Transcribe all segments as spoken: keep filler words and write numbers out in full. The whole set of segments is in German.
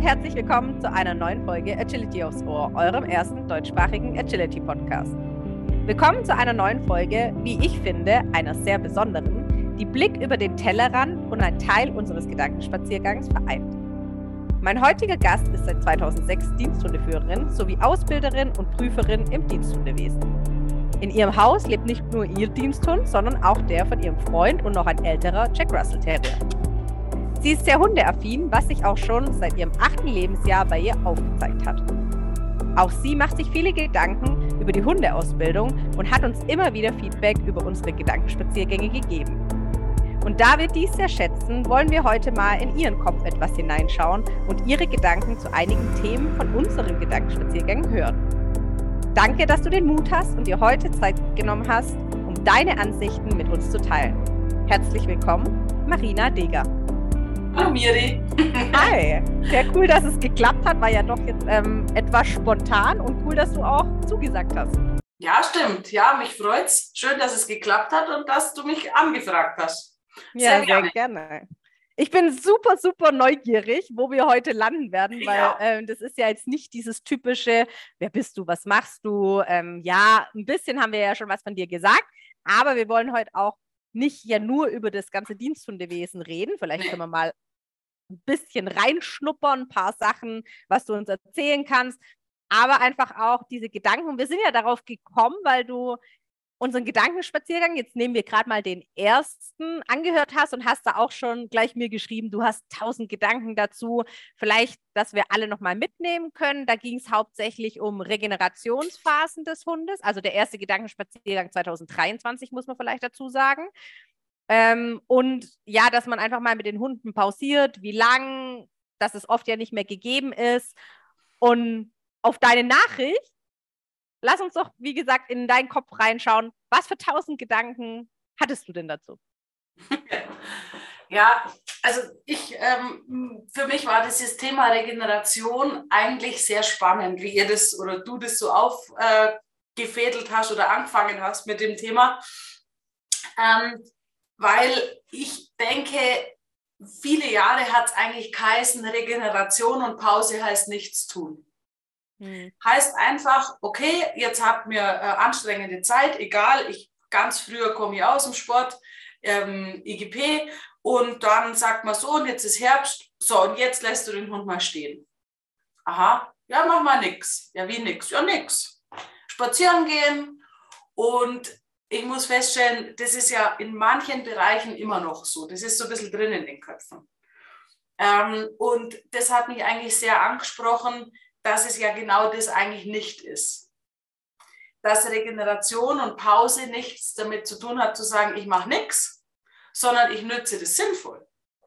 herzlich willkommen zu einer neuen Folge Agility aufs Ohr, eurem ersten deutschsprachigen Agility-Podcast. Willkommen zu einer neuen Folge, wie ich finde, einer sehr besonderen, die Blick über den Tellerrand und ein Teil unseres Gedankenspaziergangs vereint. Mein heutiger Gast ist seit zweitausendsechs Diensthundeführerin sowie Ausbilderin und Prüferin im Diensthundewesen. In ihrem Haus lebt nicht nur ihr Diensthund, sondern auch der von ihrem Freund und noch ein älterer Jack Russell Terrier. Sie ist sehr hundeaffin, was sich auch schon seit ihrem achten Lebensjahr bei ihr aufgezeigt hat. Auch sie macht sich viele Gedanken über die Hundeausbildung und hat uns immer wieder Feedback über unsere Gedankenspaziergänge gegeben. Und da wir dies sehr schätzen, wollen wir heute mal in ihren Kopf etwas hineinschauen und ihre Gedanken zu einigen Themen von unseren Gedankenspaziergängen hören. Danke, dass du den Mut hast und dir heute Zeit genommen hast, um deine Ansichten mit uns zu teilen. Herzlich willkommen, Marina Deger. Hallo Miri. Hi, sehr cool, dass es geklappt hat, war ja doch jetzt ähm, etwas spontan und cool, dass du auch zugesagt hast. Ja, stimmt. Ja, mich freut's. Schön, dass es geklappt hat und dass du mich angefragt hast. Sehr ja, gerne. sehr gerne. Ich bin super, super neugierig, wo wir heute landen werden, weil ja. ähm, das ist ja jetzt nicht dieses typische, wer bist du, was machst du? Ähm, ja, ein bisschen haben wir ja schon was von dir gesagt, aber wir wollen heute auch nicht ja nur über das ganze Diensthundewesen reden. Vielleicht können wir mal ein bisschen reinschnuppern, ein paar Sachen, was du uns erzählen kannst, aber einfach auch diese Gedanken. Wir sind ja darauf gekommen, weil du unseren Gedankenspaziergang, jetzt nehmen wir gerade mal den ersten, angehört hast und hast da auch schon gleich mir geschrieben, du hast tausend Gedanken dazu. Vielleicht, dass wir alle nochmal mitnehmen können. Da ging es hauptsächlich um Regenerationsphasen des Hundes. Also der erste Gedankenspaziergang zweitausenddreiundzwanzig, muss man vielleicht dazu sagen. Ähm, und ja, dass man einfach mal mit den Hunden pausiert, wie lang, dass es oft ja nicht mehr gegeben ist. Und auf deine Nachricht, lass uns doch, wie gesagt, in deinen Kopf reinschauen. Was für tausend Gedanken hattest du denn dazu? Ja, also ich, ähm, für mich war dieses Thema Regeneration eigentlich sehr spannend, wie ihr das oder du das so aufgefädelt äh, hast oder angefangen hast mit dem Thema. Ähm, weil ich denke, viele Jahre hat es eigentlich geheißen, Regeneration und Pause heißt nichts tun. Hm. Heißt einfach, okay, jetzt habt mir äh, anstrengende Zeit, egal, ich ganz früher komme ich aus dem Sport, ähm, I G P, und dann sagt man so, und jetzt ist Herbst, so, und jetzt lässt du den Hund mal stehen. Aha, ja, mach mal nix. Ja, wie nix? Ja, nix. Spazieren gehen, und ich muss feststellen, das ist ja in manchen Bereichen immer noch so, das ist so ein bisschen drin in den Köpfen. Ähm, und das hat mich eigentlich sehr angesprochen, dass es ja genau das eigentlich nicht ist. Dass Regeneration und Pause nichts damit zu tun hat, zu sagen, ich mache nichts, sondern ich nütze das sinnvoll.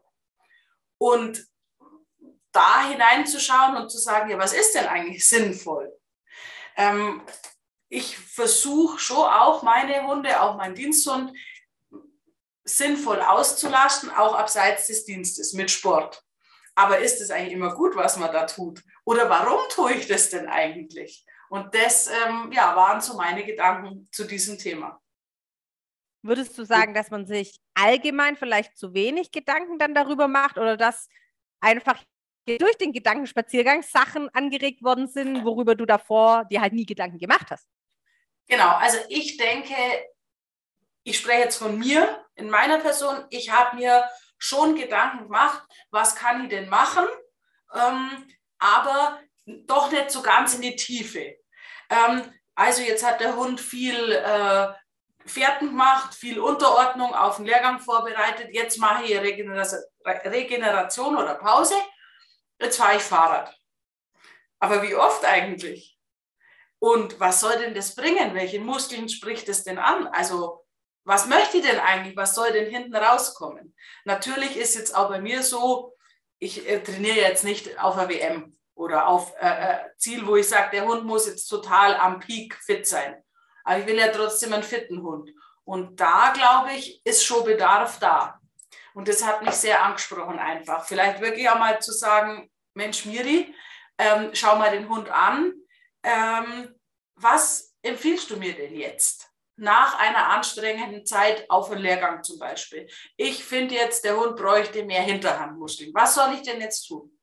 Und da hineinzuschauen und zu sagen, ja, was ist denn eigentlich sinnvoll? Ähm, ich versuche schon auch meine Hunde, auch meinen Diensthund, sinnvoll auszulasten, auch abseits des Dienstes mit Sport. Aber ist es eigentlich immer gut, was man da tut? Oder warum tue ich das denn eigentlich? Und das ähm, ja, waren so meine Gedanken zu diesem Thema. Würdest du sagen, dass man sich allgemein vielleicht zu wenig Gedanken dann darüber macht oder dass einfach durch den Gedankenspaziergang Sachen angeregt worden sind, worüber du davor dir halt nie Gedanken gemacht hast? Genau, also ich denke, ich spreche jetzt von mir, in meiner Person, ich habe mir schon Gedanken gemacht, was kann ich denn machen, ähm, aber doch nicht so ganz in die Tiefe. Ähm, also jetzt hat der Hund viel äh, Fährten gemacht, viel Unterordnung auf den Lehrgang vorbereitet, jetzt mache ich Regeneration, Regeneration oder Pause, jetzt fahre ich Fahrrad. Aber wie oft eigentlich? Und was soll denn das bringen? Welche Muskeln spricht es denn an? Also was möchte ich denn eigentlich? Was soll denn hinten rauskommen? Natürlich ist jetzt auch bei mir so, ich äh, trainiere jetzt nicht auf einer W M oder auf äh, Ziel, wo ich sage, der Hund muss jetzt total am Peak fit sein. Aber ich will ja trotzdem einen fitten Hund. Und da, glaube ich, ist schon Bedarf da. Und das hat mich sehr angesprochen einfach. Vielleicht wirklich auch mal zu sagen, Mensch Miri, ähm, schau mal den Hund an. Ähm, was empfiehlst du mir denn jetzt? Nach einer anstrengenden Zeit auf einen Lehrgang zum Beispiel. Ich finde jetzt, der Hund bräuchte mehr Hinterhandmuskeln. Was soll ich denn jetzt tun?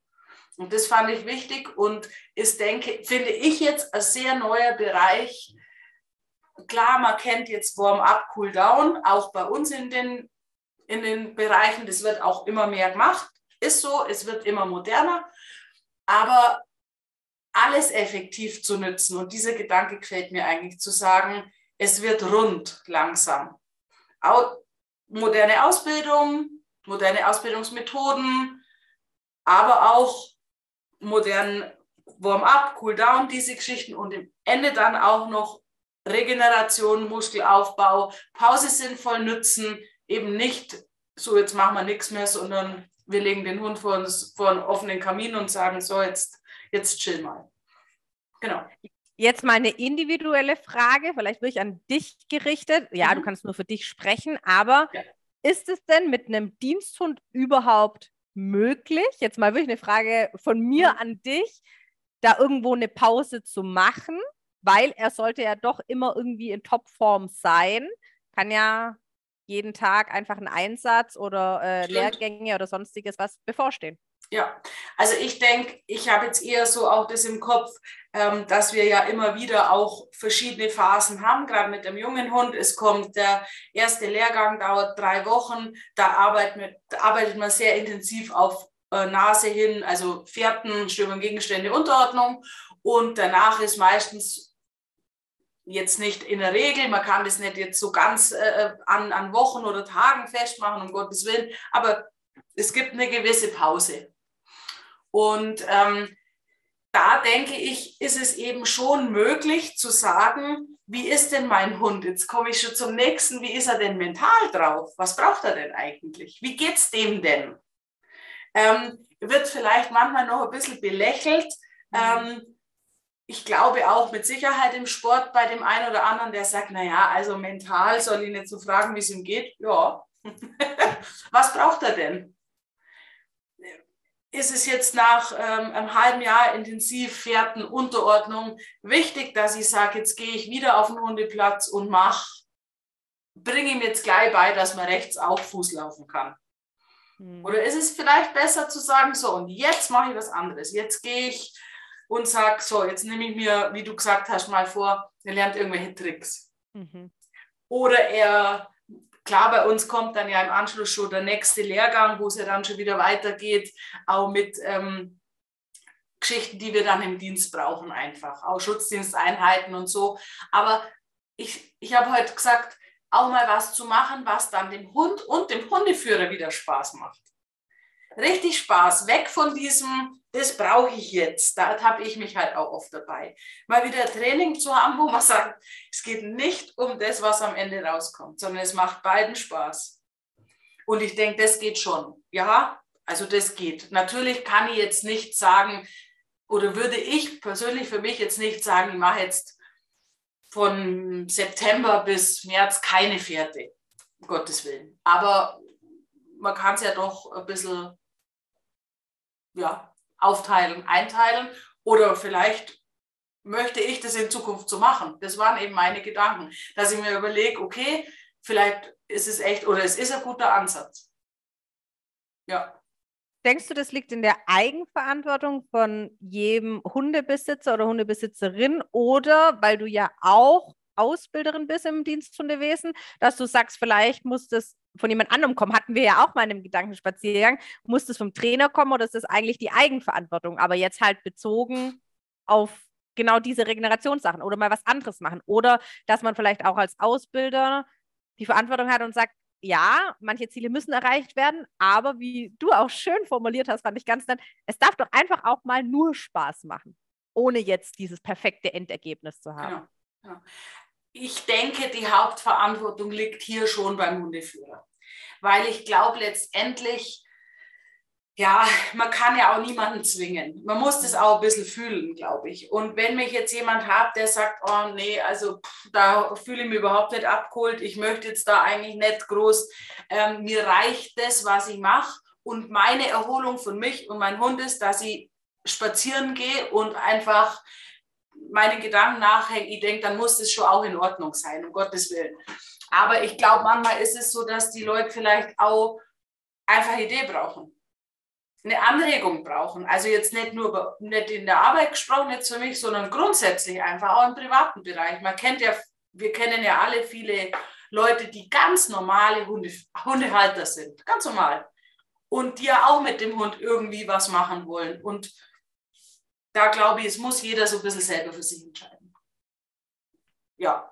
Und das fand ich wichtig und ist, denke, finde ich jetzt ein sehr neuer Bereich. Klar, man kennt jetzt Warm-up, Cool-down, auch bei uns in den, in den Bereichen. Das wird auch immer mehr gemacht. Ist so, es wird immer moderner. Aber alles effektiv zu nutzen. Und dieser Gedanke gefällt mir eigentlich, zu sagen, es wird rund langsam. Auch moderne Ausbildung, moderne Ausbildungsmethoden, aber auch modernen Warm-up, Cool-down, diese Geschichten und am Ende dann auch noch Regeneration, Muskelaufbau, Pause sinnvoll nutzen, eben nicht so, jetzt machen wir nichts mehr, sondern wir legen den Hund vor, uns, vor einen offenen Kamin und sagen, so, jetzt, jetzt chill mal. Genau. Jetzt mal eine individuelle Frage, vielleicht wirklich an dich gerichtet. Ja, Mhm. du kannst nur für dich sprechen, aber Ja. ist es denn mit einem Diensthund überhaupt möglich? Jetzt mal wirklich eine Frage von mir Mhm. an dich, da irgendwo eine Pause zu machen, weil er sollte ja doch immer irgendwie in Topform sein. Kann ja jeden Tag einfach ein Einsatz oder äh, Lehrgänge oder sonstiges was bevorstehen. Ja, also ich denke, ich habe jetzt eher so auch das im Kopf, ähm, dass wir ja immer wieder auch verschiedene Phasen haben, gerade mit dem jungen Hund. Es kommt der erste Lehrgang, dauert drei Wochen, da arbeitet, da arbeitet man sehr intensiv auf äh, Nase hin, also Fährten, Störungen, Gegenstände, Unterordnung. Und danach ist meistens jetzt nicht in der Regel, man kann das nicht jetzt so ganz äh, an, an Wochen oder Tagen festmachen, um Gottes Willen, aber es gibt eine gewisse Pause. Und ähm, da denke ich, ist es eben schon möglich zu sagen, wie ist denn mein Hund? Jetzt komme ich schon zum nächsten, wie ist er denn mental drauf? Was braucht er denn eigentlich? Wie geht es dem denn? Ähm, wird vielleicht manchmal noch ein bisschen belächelt. Mhm. Ähm, ich glaube auch mit Sicherheit im Sport bei dem einen oder anderen, der sagt, naja, also mental soll ich nicht so fragen, wie es ihm geht. Ja, was braucht er denn? Ist es jetzt nach ähm, einem halben Jahr intensiv Fährten, Unterordnung wichtig, dass ich sage, jetzt gehe ich wieder auf den Hundeplatz und mache, bringe ihm jetzt gleich bei, dass man rechts auch Fuß laufen kann. Hm. Oder ist es vielleicht besser zu sagen, so und jetzt mache ich was anderes. Jetzt gehe ich und sage, so jetzt nehme ich mir, wie du gesagt hast, mal vor, er lernt irgendwelche Tricks. Mhm. Oder er... Klar, bei uns kommt dann ja im Anschluss schon der nächste Lehrgang, wo es ja dann schon wieder weitergeht, auch mit ähm, Geschichten, die wir dann im Dienst brauchen einfach, auch Schutzdiensteinheiten und so. Aber ich, ich habe heute gesagt, auch mal was zu machen, was dann dem Hund und dem Hundeführer wieder Spaß macht. Richtig Spaß, weg von diesem, das brauche ich jetzt. Da habe ich mich halt auch oft dabei. Mal wieder Training zu haben, wo man sagt, es geht nicht um das, was am Ende rauskommt, sondern es macht beiden Spaß. Und ich denke, das geht schon. Ja, also das geht. Natürlich kann ich jetzt nicht sagen, oder würde ich persönlich für mich jetzt nicht sagen, ich mache jetzt von September bis März keine Fährte, um Gottes Willen. Aber man kann es ja doch ein bisschen ja, aufteilen, einteilen oder vielleicht möchte ich das in Zukunft so machen. Das waren eben meine Gedanken, dass ich mir überlege, okay, vielleicht ist es echt oder es ist ein guter Ansatz. Ja. Denkst du, das liegt in der Eigenverantwortung von jedem Hundebesitzer oder Hundebesitzerin oder weil du ja auch Ausbilderin bist im Diensthundewesen, dass du sagst, vielleicht muss das von jemand anderem kommen, hatten wir ja auch mal in einem Gedankenspaziergang, muss das vom Trainer kommen oder ist das eigentlich die Eigenverantwortung, aber jetzt halt bezogen auf genau diese Regenerationssachen oder mal was anderes machen oder dass man vielleicht auch als Ausbilder die Verantwortung hat und sagt, ja, manche Ziele müssen erreicht werden, aber wie du auch schön formuliert hast, fand ich ganz nett, es darf doch einfach auch mal nur Spaß machen, ohne jetzt dieses perfekte Endergebnis zu haben. Genau. Ja. Ich denke, die Hauptverantwortung liegt hier schon beim Hundeführer, weil ich glaube letztendlich, ja, man kann ja auch niemanden zwingen. Man muss das auch ein bisschen fühlen, glaube ich. Und wenn mich jetzt jemand hat, der sagt, oh nee, also pff, da fühle ich mich überhaupt nicht abgeholt, ich möchte jetzt da eigentlich nicht groß, ähm, mir reicht das, was ich mache und meine Erholung von mich und mein Hund ist, dass ich spazieren gehe und einfach meinen Gedanken nachhänge, ich denke, dann muss das schon auch in Ordnung sein, um Gottes Willen. Aber ich glaube, manchmal ist es so, dass die Leute vielleicht auch einfach eine Idee brauchen. eine Anregung brauchen. Also jetzt nicht nur nicht in der Arbeit gesprochen jetzt für mich, sondern grundsätzlich einfach auch im privaten Bereich. Man kennt ja, wir kennen ja alle viele Leute, die ganz normale Hunde, Hundehalter sind, ganz normal. Und die ja auch mit dem Hund irgendwie was machen wollen. Und da glaube ich, es muss jeder so ein bisschen selber für sich entscheiden. Ja.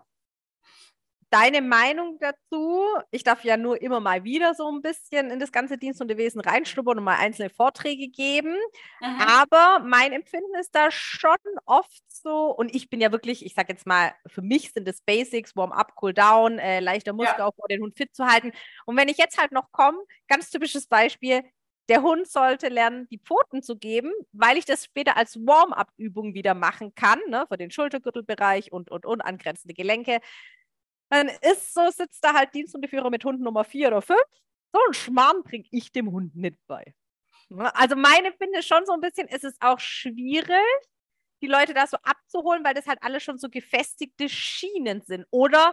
Deine Meinung dazu? Ich darf ja nur immer mal wieder so ein bisschen in das ganze Diensthundewesen reinschnuppern und mal einzelne Vorträge geben. Mhm. Aber mein Empfinden ist da schon oft so, und ich bin ja wirklich, ich sage jetzt mal, für mich sind es Basics, Warm-up, Cool-down, äh, leichter Muskelaufbau, ja. Den Hund fit zu halten. Und wenn ich jetzt halt noch komme, ganz typisches Beispiel, der Hund sollte lernen, die Pfoten zu geben, weil ich das später als Warm-up-Übung wieder machen kann, ne, für den Schultergürtelbereich und, und, und angrenzende Gelenke. Dann ist so, sitzt da halt Diensthundeführer mit Hund Nummer vier oder fünf. So einen Schmarrn bringe ich dem Hund nicht bei. Also meine finde schon so ein bisschen, ist es auch schwierig, die Leute da so abzuholen, weil das halt alle schon so gefestigte Schienen sind. Oder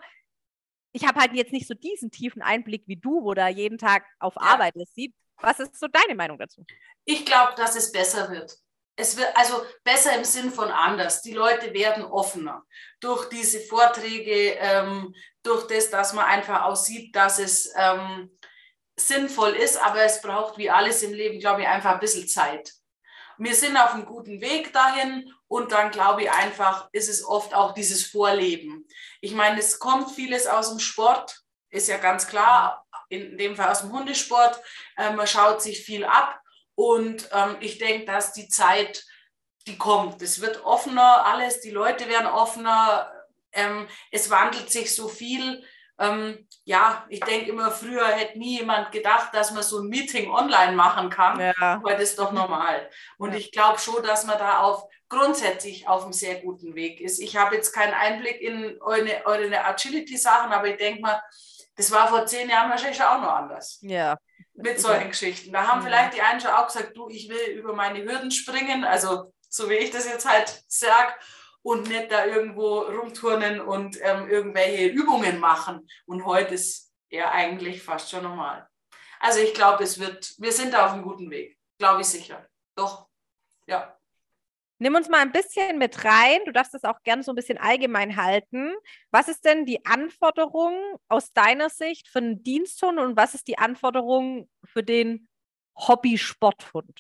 ich habe halt jetzt nicht so diesen tiefen Einblick wie du, wo da jeden Tag auf Arbeit ist, sieht. Was ist so deine Meinung dazu? Ich glaube, dass es besser wird. Es wird also besser im Sinn von anders. Die Leute werden offener durch diese Vorträge, ähm, durch das, dass man einfach auch sieht, dass es ähm, sinnvoll ist, aber es braucht wie alles im Leben, glaube ich, einfach ein bisschen Zeit. Wir sind auf einem guten Weg dahin und dann glaube ich einfach, ist es oft auch dieses Vorleben. Ich meine, es kommt vieles aus dem Sport, ist ja ganz klar, in dem Fall aus dem Hundesport. Äh, man schaut sich viel ab. Und ähm, ich denke, dass die Zeit, die kommt. Es wird offener alles, die Leute werden offener, ähm, es wandelt sich so viel. Ähm, ja, ich denke immer, früher hätte nie jemand gedacht, dass man so ein Meeting online machen kann, ja. Weil das ist doch normal. Und ja. Ich glaube schon, dass man da auf, grundsätzlich auf einem sehr guten Weg ist. Ich habe jetzt keinen Einblick in eure, eure Agility-Sachen, aber ich denke mal, das war vor zehn Jahren wahrscheinlich auch noch anders. Ja. Mit solchen Geschichten. Da haben ja. vielleicht die einen schon auch gesagt, du, ich will über meine Hürden springen, also so wie ich das jetzt halt sage, und nicht da irgendwo rumturnen und ähm, irgendwelche Übungen machen. Und heute ist er eigentlich fast schon normal. Also ich glaube, es wird, wir sind da auf einem guten Weg, glaube ich sicher. Doch, ja. Nimm uns mal ein bisschen mit rein. Du darfst das auch gerne so ein bisschen allgemein halten. Was ist denn die Anforderung aus deiner Sicht für einen Diensthund und was ist die Anforderung für den Hobby-Sporthund?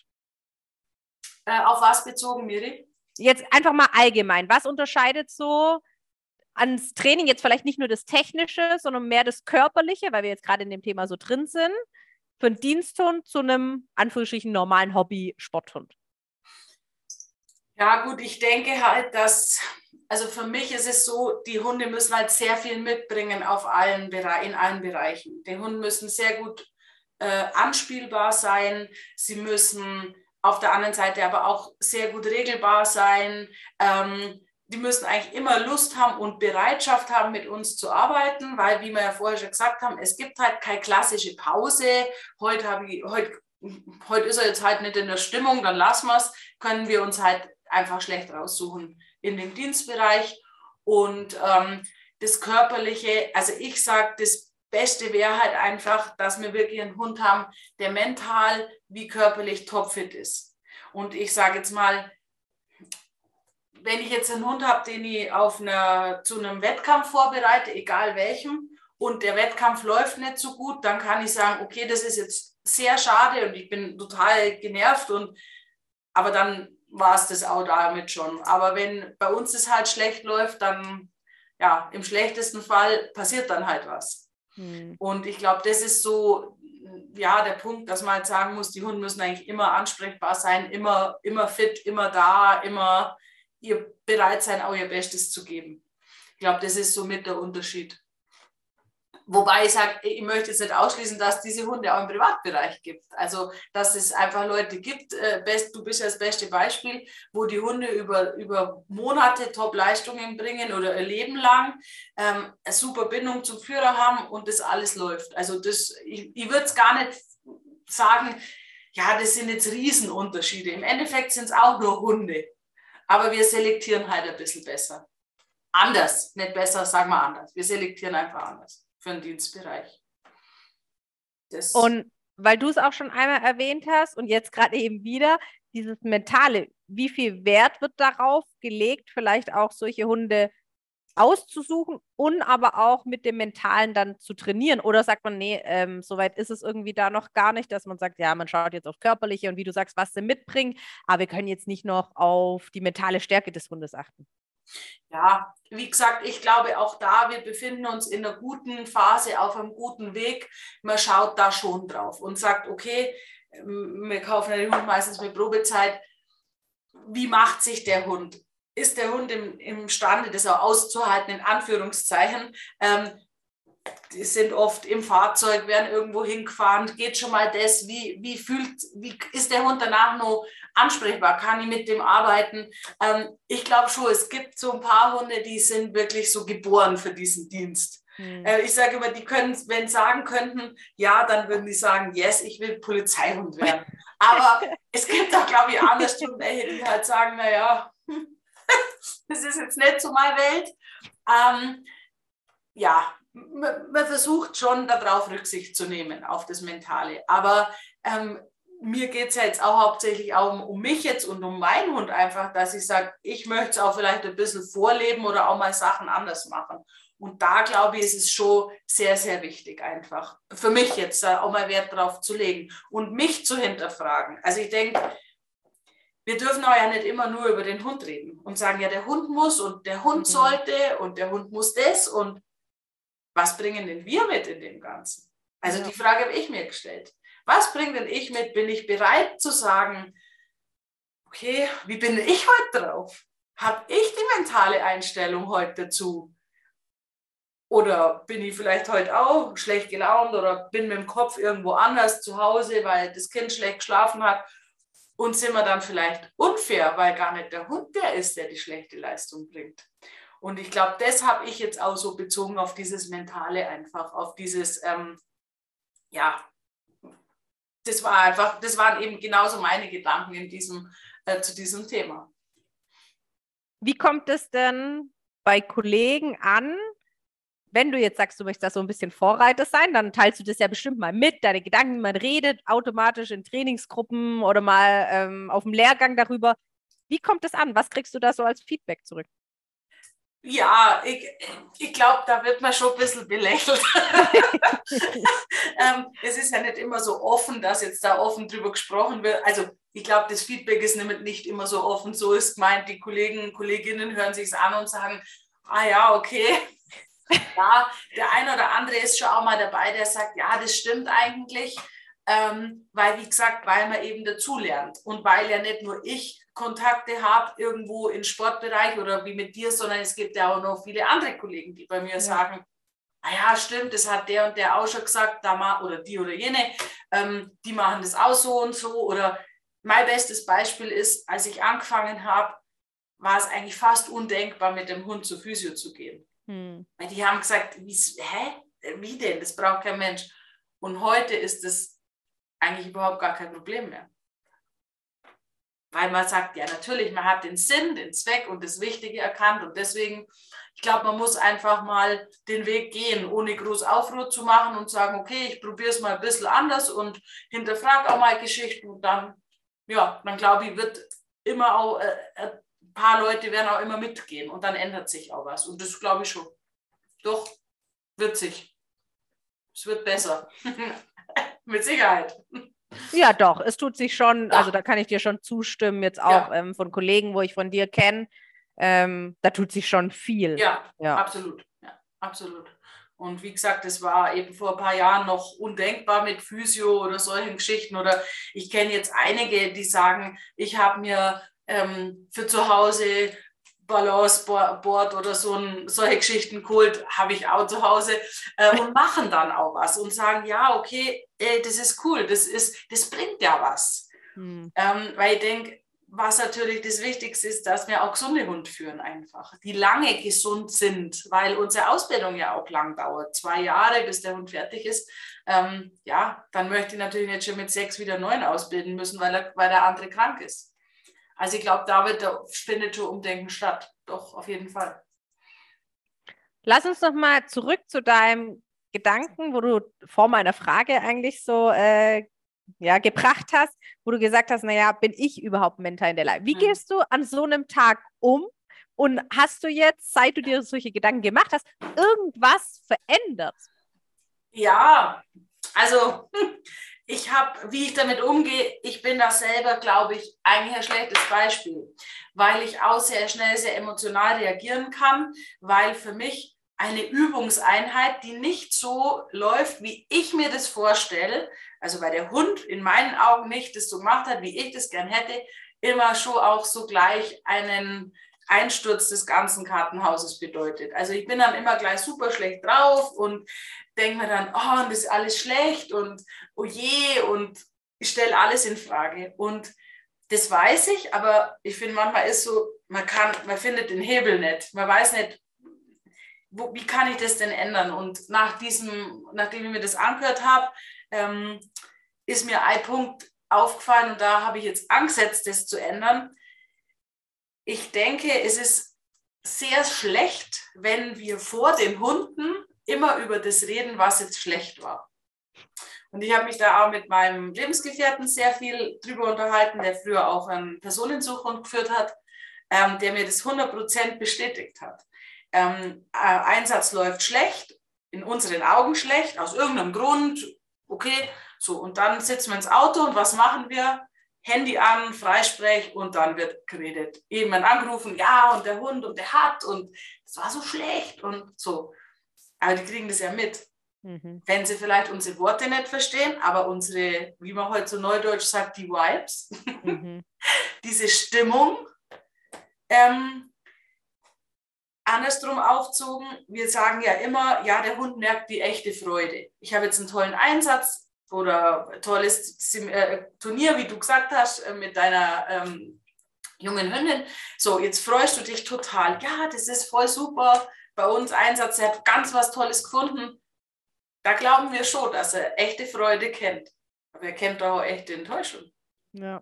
Äh, auf was bezogen, Miri? Jetzt einfach mal allgemein. Was unterscheidet so ans Training jetzt vielleicht nicht nur das Technische, sondern mehr das Körperliche, weil wir jetzt gerade in dem Thema so drin sind, für einen Diensthund zu einem, Anführungsstrichen, normalen Hobby-Sporthund? Ja gut, ich denke halt, dass, also für mich ist es so, die Hunde müssen halt sehr viel mitbringen auf allen in allen Bereichen. Die Hunde müssen sehr gut äh, anspielbar sein, sie müssen auf der anderen Seite aber auch sehr gut regelbar sein. Ähm, die müssen eigentlich immer Lust haben und Bereitschaft haben, mit uns zu arbeiten, weil, wie wir ja vorher schon gesagt haben, es gibt halt keine klassische Pause. Heute, habe ich, heute, heute ist er jetzt halt nicht in der Stimmung, dann lassen wir es, können wir uns halt einfach schlecht raussuchen in dem Dienstbereich. Und ähm, das Körperliche, also ich sage, das Beste wäre halt einfach, dass wir wirklich einen Hund haben, der mental wie körperlich topfit ist. Und ich sage jetzt mal, wenn ich jetzt einen Hund habe, den ich auf einer, zu einem Wettkampf vorbereite, egal welchem, und der Wettkampf läuft nicht so gut, dann kann ich sagen, okay, das ist jetzt sehr schade und ich bin total genervt, und, aber dann war es das auch damit schon. Aber wenn bei uns es halt schlecht läuft, dann, ja, im schlechtesten Fall passiert dann halt was. Hm. Und ich glaube, das ist so, ja, der Punkt, dass man halt sagen muss, die Hunde müssen eigentlich immer ansprechbar sein, immer, immer fit, immer da, immer ihr bereit sein, auch ihr Bestes zu geben. Ich glaube, das ist so mit der Unterschied. Wobei ich sage, ich möchte jetzt nicht ausschließen, dass es diese Hunde auch im Privatbereich gibt. Also, dass es einfach Leute gibt, äh, best, du bist ja das beste Beispiel, wo die Hunde über, über Monate Top-Leistungen bringen oder ihr Leben lang ähm, eine super Bindung zum Führer haben und das alles läuft. Also, das, ich, ich würde es gar nicht sagen, ja, das sind jetzt Riesenunterschiede. Im Endeffekt sind es auch nur Hunde. Aber wir selektieren halt ein bisschen besser. Anders, nicht besser, sagen wir anders. Wir selektieren einfach anders für den Dienstbereich. Das und weil du es auch schon einmal erwähnt hast und jetzt gerade eben wieder, dieses Mentale, wie viel Wert wird darauf gelegt, vielleicht auch solche Hunde auszusuchen und aber auch mit dem Mentalen dann zu trainieren? Oder sagt man, nee, ähm, soweit ist es irgendwie da noch gar nicht, dass man sagt, ja, man schaut jetzt auf körperliche und wie du sagst, was sie mitbringen, aber wir können jetzt nicht noch auf die mentale Stärke des Hundes achten. Ja, wie gesagt, ich glaube auch da, wir befinden uns in einer guten Phase, auf einem guten Weg. Man schaut da schon drauf und sagt, okay, wir kaufen den Hund meistens mit Probezeit. Wie macht sich der Hund? Ist der Hund im, imstande, das auch auszuhalten, in Anführungszeichen? Ähm, die sind oft im Fahrzeug, werden irgendwo hingefahren, geht schon mal das, wie, wie fühlt, wie ist der Hund danach noch ansprechbar, kann ich mit dem arbeiten? Ähm, ich glaube schon, es gibt so ein paar Hunde, die sind wirklich so geboren für diesen Dienst. Hm. Äh, ich sage immer, die können, wenn sie sagen könnten, ja, dann würden die sagen, yes, ich will Polizeihund werden. Aber es gibt auch, glaube ich, andersrum welche, die halt sagen, naja, das ist jetzt nicht so meine Welt. Ähm, ja, man, man versucht schon darauf Rücksicht zu nehmen, auf das Mentale. Aber ähm, mir geht es ja jetzt auch hauptsächlich auch um, um mich jetzt und um meinen Hund einfach, dass ich sage, ich möchte es auch vielleicht ein bisschen vorleben oder auch mal Sachen anders machen. Und da, glaube ich, ist es schon sehr, sehr wichtig einfach, für mich jetzt auch mal Wert drauf zu legen und mich zu hinterfragen. Also ich denke, wir dürfen auch ja nicht immer nur über den Hund reden und sagen, ja, der Hund muss und der Hund mhm. sollte und der Hund muss das und was bringen denn wir mit in dem Ganzen? Also ja. Die Frage habe ich mir gestellt. Was bringt denn ich mit? Bin ich bereit zu sagen, okay, wie bin ich heute drauf? Habe ich die mentale Einstellung heute dazu? Oder bin ich vielleicht heute auch schlecht gelaunt oder bin mit dem Kopf irgendwo anders zu Hause, weil das Kind schlecht geschlafen hat? Und sind wir dann vielleicht unfair, weil gar nicht der Hund der ist, der die schlechte Leistung bringt? Und ich glaube, das habe ich jetzt auch so bezogen auf dieses Mentale einfach, auf dieses, ähm, ja, das war einfach, das waren eben genauso meine Gedanken in diesem, äh, zu diesem Thema. Wie kommt es denn bei Kollegen an, wenn du jetzt sagst, du möchtest da so ein bisschen Vorreiter sein, dann teilst du das ja bestimmt mal mit, deine Gedanken, man redet automatisch in Trainingsgruppen oder mal ähm, auf dem Lehrgang darüber. Wie kommt es an? Was kriegst du da so als Feedback zurück? Ja, ich, ich glaube, da wird man schon ein bisschen belächelt. ähm, es ist ja nicht immer so offen, dass jetzt da offen drüber gesprochen wird. Also ich glaube, das Feedback ist nämlich nicht immer so offen. So ist gemeint, die Kollegen und Kolleginnen hören sich es an und sagen, ah ja, okay. Ja, der eine oder andere ist schon auch mal dabei, der sagt, ja, das stimmt eigentlich. Ähm, weil, wie gesagt, weil man eben dazulernt und weil ja nicht nur ich Kontakte habe irgendwo im Sportbereich oder wie mit dir, sondern es gibt ja auch noch viele andere Kollegen, die bei mir ja. sagen, naja, stimmt, das hat der und der auch schon gesagt, da mal, oder die oder jene, ähm, die machen das auch so und so. Oder mein bestes Beispiel ist, als ich angefangen habe, war es eigentlich fast undenkbar, mit dem Hund zur Physio zu gehen. Hm. Weil die haben gesagt, wie, hä? Wie denn? Das braucht kein Mensch. Und heute ist das eigentlich überhaupt gar kein Problem mehr. Weil man sagt, ja natürlich, man hat den Sinn, den Zweck und das Wichtige erkannt und deswegen, ich glaube, man muss einfach mal den Weg gehen, ohne groß Aufruhr zu machen und sagen, okay, ich probiere es mal ein bisschen anders und hinterfrage auch mal Geschichten und dann, ja, dann glaube ich, wird immer auch, äh, ein paar Leute werden auch immer mitgehen und dann ändert sich auch was und das glaube ich schon. Doch, wird sich. Es wird besser. Mit Sicherheit. Ja, doch, es tut sich schon, ja. Also da kann ich dir schon zustimmen, jetzt auch ja. ähm, von Kollegen, wo ich von dir kenne, ähm, da tut sich schon viel. Ja, ja. absolut. Ja, absolut. Und wie gesagt, das war eben vor ein paar Jahren noch undenkbar mit Physio oder solchen Geschichten. Oder ich kenne jetzt einige, die sagen, ich habe mir ähm, für zu Hause Balanceboard oder so ein, solche Geschichten geholt, habe ich auch zu Hause äh, und machen dann auch was und sagen, ja, okay, ey, das ist cool, das, ist, das bringt ja was. Hm. Ähm, weil ich denke, was natürlich das Wichtigste ist, dass wir auch gesunde Hunde führen einfach, die lange gesund sind, weil unsere Ausbildung ja auch lang dauert, zwei Jahre, bis der Hund fertig ist. Ähm, ja, dann möchte ich natürlich nicht schon mit sechs wieder neun ausbilden müssen, weil, er, weil der andere krank ist. Also ich glaube, da wird der findet schon Umdenken statt. Doch, auf jeden Fall. Lass uns noch mal zurück zu deinem Gedanken, wo du vor meiner Frage eigentlich so äh, ja, gebracht hast, wo du gesagt hast, naja, bin ich überhaupt mental in der Lage? Wie Mhm. gehst du an so einem Tag um? Und hast du jetzt, seit du dir solche Gedanken gemacht hast, irgendwas verändert? Ja, also ich habe, wie ich damit umgehe, ich bin da selber, glaube ich, eigentlich ein schlechtes Beispiel, weil ich auch sehr schnell, sehr emotional reagieren kann, weil für mich eine Übungseinheit, die nicht so läuft, wie ich mir das vorstelle, also weil der Hund in meinen Augen nicht das so gemacht hat, wie ich das gern hätte, immer schon auch so gleich einen Einsturz des ganzen Kartenhauses bedeutet. Also ich bin dann immer gleich super schlecht drauf und denke mir dann, oh, und das ist alles schlecht und oh je, und ich stelle alles in Frage. Und das weiß ich, aber ich finde, manchmal ist so, man kann, man findet den Hebel nicht. Man weiß nicht, wo, wie kann ich das denn ändern? Und nach diesem, nachdem ich mir das angehört habe, ähm, ist mir ein Punkt aufgefallen und da habe ich jetzt angesetzt, das zu ändern. Ich denke, es ist sehr schlecht, wenn wir vor den Hunden immer über das reden, was jetzt schlecht war. Und ich habe mich da auch mit meinem Lebensgefährten sehr viel drüber unterhalten, der früher auch einen Personensuchhund geführt hat, ähm, der mir das hundert Prozent bestätigt hat. Ähm, Einsatz läuft schlecht, in unseren Augen schlecht, aus irgendeinem Grund, okay, so, und dann sitzen wir ins Auto und was machen wir? Handy an, Freisprech und dann wird geredet. Jemand angerufen, ja, und der Hund und der hat und es war so schlecht und so. Aber die kriegen das ja mit. Mhm. Wenn sie vielleicht unsere Worte nicht verstehen, aber unsere, wie man heute so neudeutsch sagt, die Vibes, mhm. diese Stimmung, ähm, andersrum aufzogen, wir sagen ja immer, ja, der Hund merkt die echte Freude. Ich habe jetzt einen tollen Einsatz oder ein tolles Turnier, wie du gesagt hast, mit deiner ähm, jungen Hündin. So, jetzt freust du dich total. Ja, das ist voll super. Bei uns Einsatz, er hat ganz was Tolles gefunden. Da glauben wir schon, dass er echte Freude kennt. Aber er kennt auch echte Enttäuschung. Ja.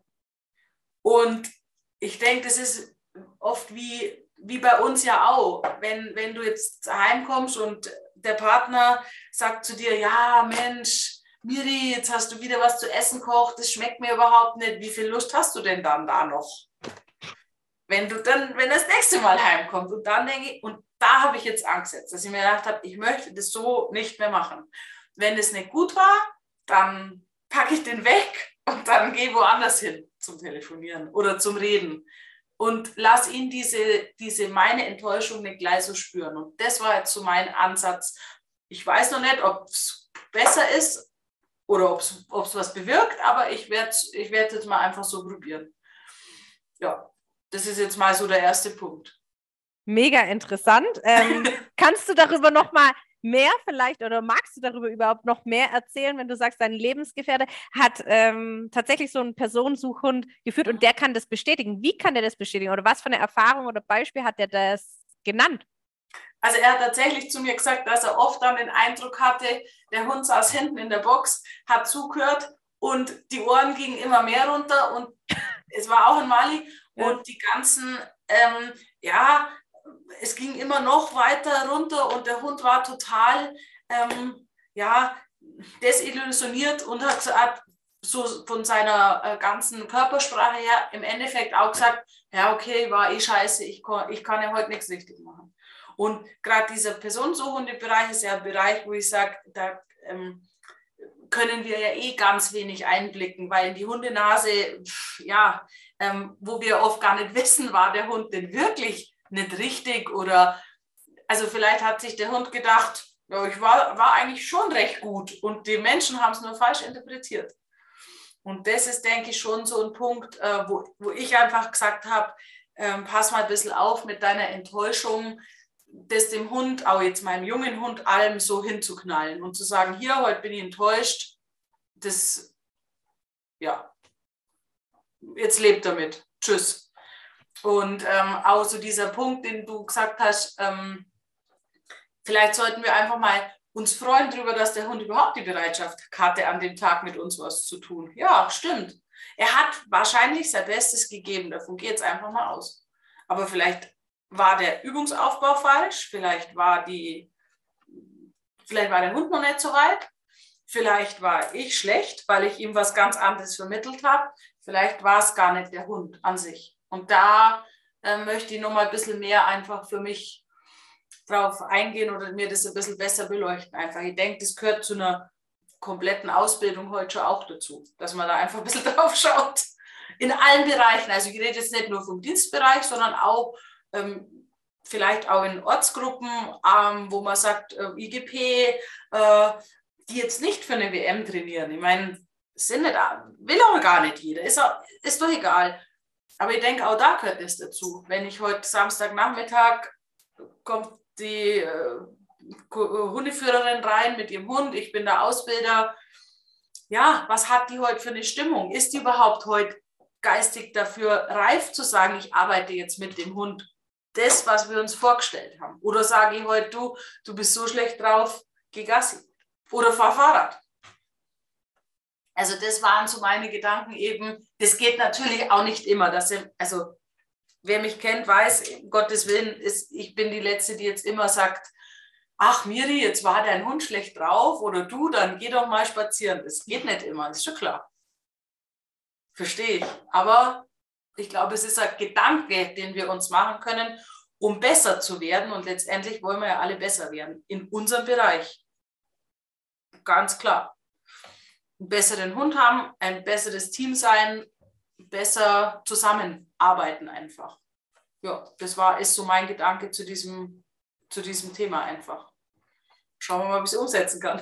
Und ich denke, das ist oft wie, wie bei uns ja auch. Wenn, wenn du jetzt heimkommst und der Partner sagt zu dir, ja, Mensch, Miri, jetzt hast du wieder was zu essen gekocht, das schmeckt mir überhaupt nicht. Wie viel Lust hast du denn dann da noch? Wenn du dann, wenn das nächste Mal heimkommst. Und dann denke ich, und da habe ich jetzt angesetzt, dass ich mir gedacht habe, ich möchte das so nicht mehr machen. Wenn es nicht gut war, dann packe ich den weg und dann gehe woanders hin zum Telefonieren oder zum Reden. Und lass ihn diese, diese meine Enttäuschung nicht gleich so spüren. Und das war jetzt so mein Ansatz. Ich weiß noch nicht, ob es besser ist, oder ob es was bewirkt, aber ich werde ich werd jetzt mal einfach so probieren. Ja, das ist jetzt mal so der erste Punkt. Mega interessant. Ähm, kannst du darüber noch mal mehr vielleicht oder magst du darüber überhaupt noch mehr erzählen, wenn du sagst, dein Lebensgefährte hat ähm, tatsächlich so einen Personensuchhund geführt und der kann das bestätigen. Wie kann der das bestätigen oder was für eine Erfahrung oder Beispiel hat der das genannt? Also er hat tatsächlich zu mir gesagt, dass er oft dann den Eindruck hatte, der Hund saß hinten in der Box, hat zugehört und die Ohren gingen immer mehr runter und es war auch in Mali ja. Und die ganzen, ähm, ja, es ging immer noch weiter runter und der Hund war total, ähm, ja, desillusioniert und hat, hat so von seiner äh, ganzen Körpersprache her im Endeffekt auch gesagt, ja okay, war eh scheiße, ich kann, ich kann ja heute nichts richtig machen. Und gerade dieser personensuchende Bereich ist ja ein Bereich, wo ich sage, da ähm, können wir ja eh ganz wenig einblicken, weil in die Hundenase, pff, ja, ähm, wo wir oft gar nicht wissen, war der Hund denn wirklich nicht richtig oder, also vielleicht hat sich der Hund gedacht, ja, ich war, war eigentlich schon recht gut und die Menschen haben es nur falsch interpretiert. Und das ist, denke ich, schon so ein Punkt, äh, wo, wo ich einfach gesagt habe, ähm, pass mal ein bisschen auf mit deiner Enttäuschung, das dem Hund, auch jetzt meinem jungen Hund, allem so hinzuknallen und zu sagen, hier, heute bin ich enttäuscht, das, ja, jetzt lebt damit, tschüss. Und ähm, auch so dieser Punkt, den du gesagt hast, ähm, vielleicht sollten wir einfach mal uns freuen darüber, dass der Hund überhaupt die Bereitschaft hatte, an dem Tag mit uns was zu tun. Ja, stimmt. Er hat wahrscheinlich sein Bestes gegeben, davon geht es einfach mal aus. Aber vielleicht war der Übungsaufbau falsch, vielleicht war die, Vielleicht war der Hund noch nicht so weit. Vielleicht war ich schlecht, weil ich ihm was ganz anderes vermittelt habe. Vielleicht war es gar nicht der Hund an sich. Und da äh, möchte ich noch mal ein bisschen mehr einfach für mich drauf eingehen oder mir das ein bisschen besser beleuchten. Einfach. Ich denke, das gehört zu einer kompletten Ausbildung heute schon auch dazu, dass man da einfach ein bisschen drauf schaut. In allen Bereichen. Also ich rede jetzt nicht nur vom Dienstbereich, sondern auch ähm, vielleicht auch in Ortsgruppen, ähm, wo man sagt, äh, I G P, äh, die jetzt nicht für eine W M trainieren. Ich meine, sind nicht, will auch gar nicht jeder, ist, auch, ist doch egal. Aber ich denke, auch da gehört es dazu. Wenn ich heute Samstagnachmittag kommt die äh, Hundeführerin rein mit ihrem Hund, ich bin der Ausbilder. Ja, was hat die heute für eine Stimmung? Ist die überhaupt heute geistig dafür reif zu sagen, ich arbeite jetzt mit dem Hund? Das, was wir uns vorgestellt haben. Oder sage ich heute, du, du bist so schlecht drauf, geh Gassi. Oder fahr Fahrrad. Also das waren so meine Gedanken eben. Das geht natürlich auch nicht immer. Dass ich, also wer mich kennt, weiß, um Gottes Willen, ist, ich bin die Letzte, die jetzt immer sagt, ach Miri, jetzt war dein Hund schlecht drauf oder du, dann geh doch mal spazieren. Das geht nicht immer, das ist schon klar. Verstehe ich. Aber ich glaube, es ist ein Gedanke, den wir uns machen können, um besser zu werden. Und letztendlich wollen wir ja alle besser werden in unserem Bereich. Ganz klar. Einen besseren Hund haben, ein besseres Team sein, besser zusammenarbeiten einfach. Ja, das war, ist so mein Gedanke zu diesem, zu diesem Thema einfach. Schauen wir mal, ob ich es umsetzen kann.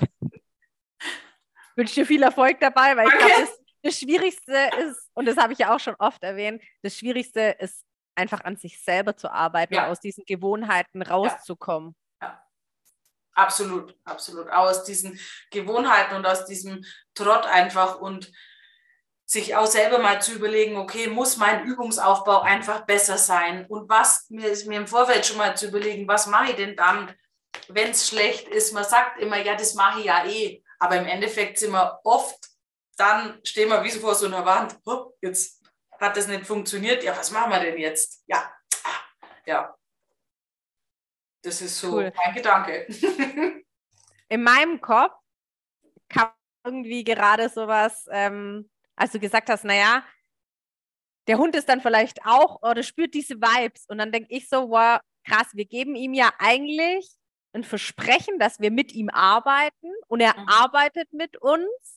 Ich wünsche dir viel Erfolg dabei, weil Danke. Ich glaube, das, das Schwierigste ist, und das habe ich ja auch schon oft erwähnt, das Schwierigste ist einfach an sich selber zu arbeiten, ja. Und aus diesen Gewohnheiten rauszukommen. Ja. Ja. Absolut, absolut. Auch aus diesen Gewohnheiten und aus diesem Trott einfach und sich auch selber mal zu überlegen, okay, muss mein Übungsaufbau einfach besser sein? Und was, mir ist mir im Vorfeld schon mal zu überlegen, was mache ich denn dann, wenn es schlecht ist? Man sagt immer, ja, das mache ich ja eh. Aber im Endeffekt sind wir oft, dann stehen wir wie so vor so einer Wand, oh, jetzt hat das nicht funktioniert, ja, was machen wir denn jetzt? Ja, ja. Das ist so cool. Mein Gedanke. In meinem Kopf kam irgendwie gerade sowas, ähm, als du gesagt hast, naja, der Hund ist dann vielleicht auch oder spürt diese Vibes. Und dann denke ich so, wow, krass, wir geben ihm ja eigentlich ein Versprechen, dass wir mit ihm arbeiten. Und er mhm. arbeitet mit uns.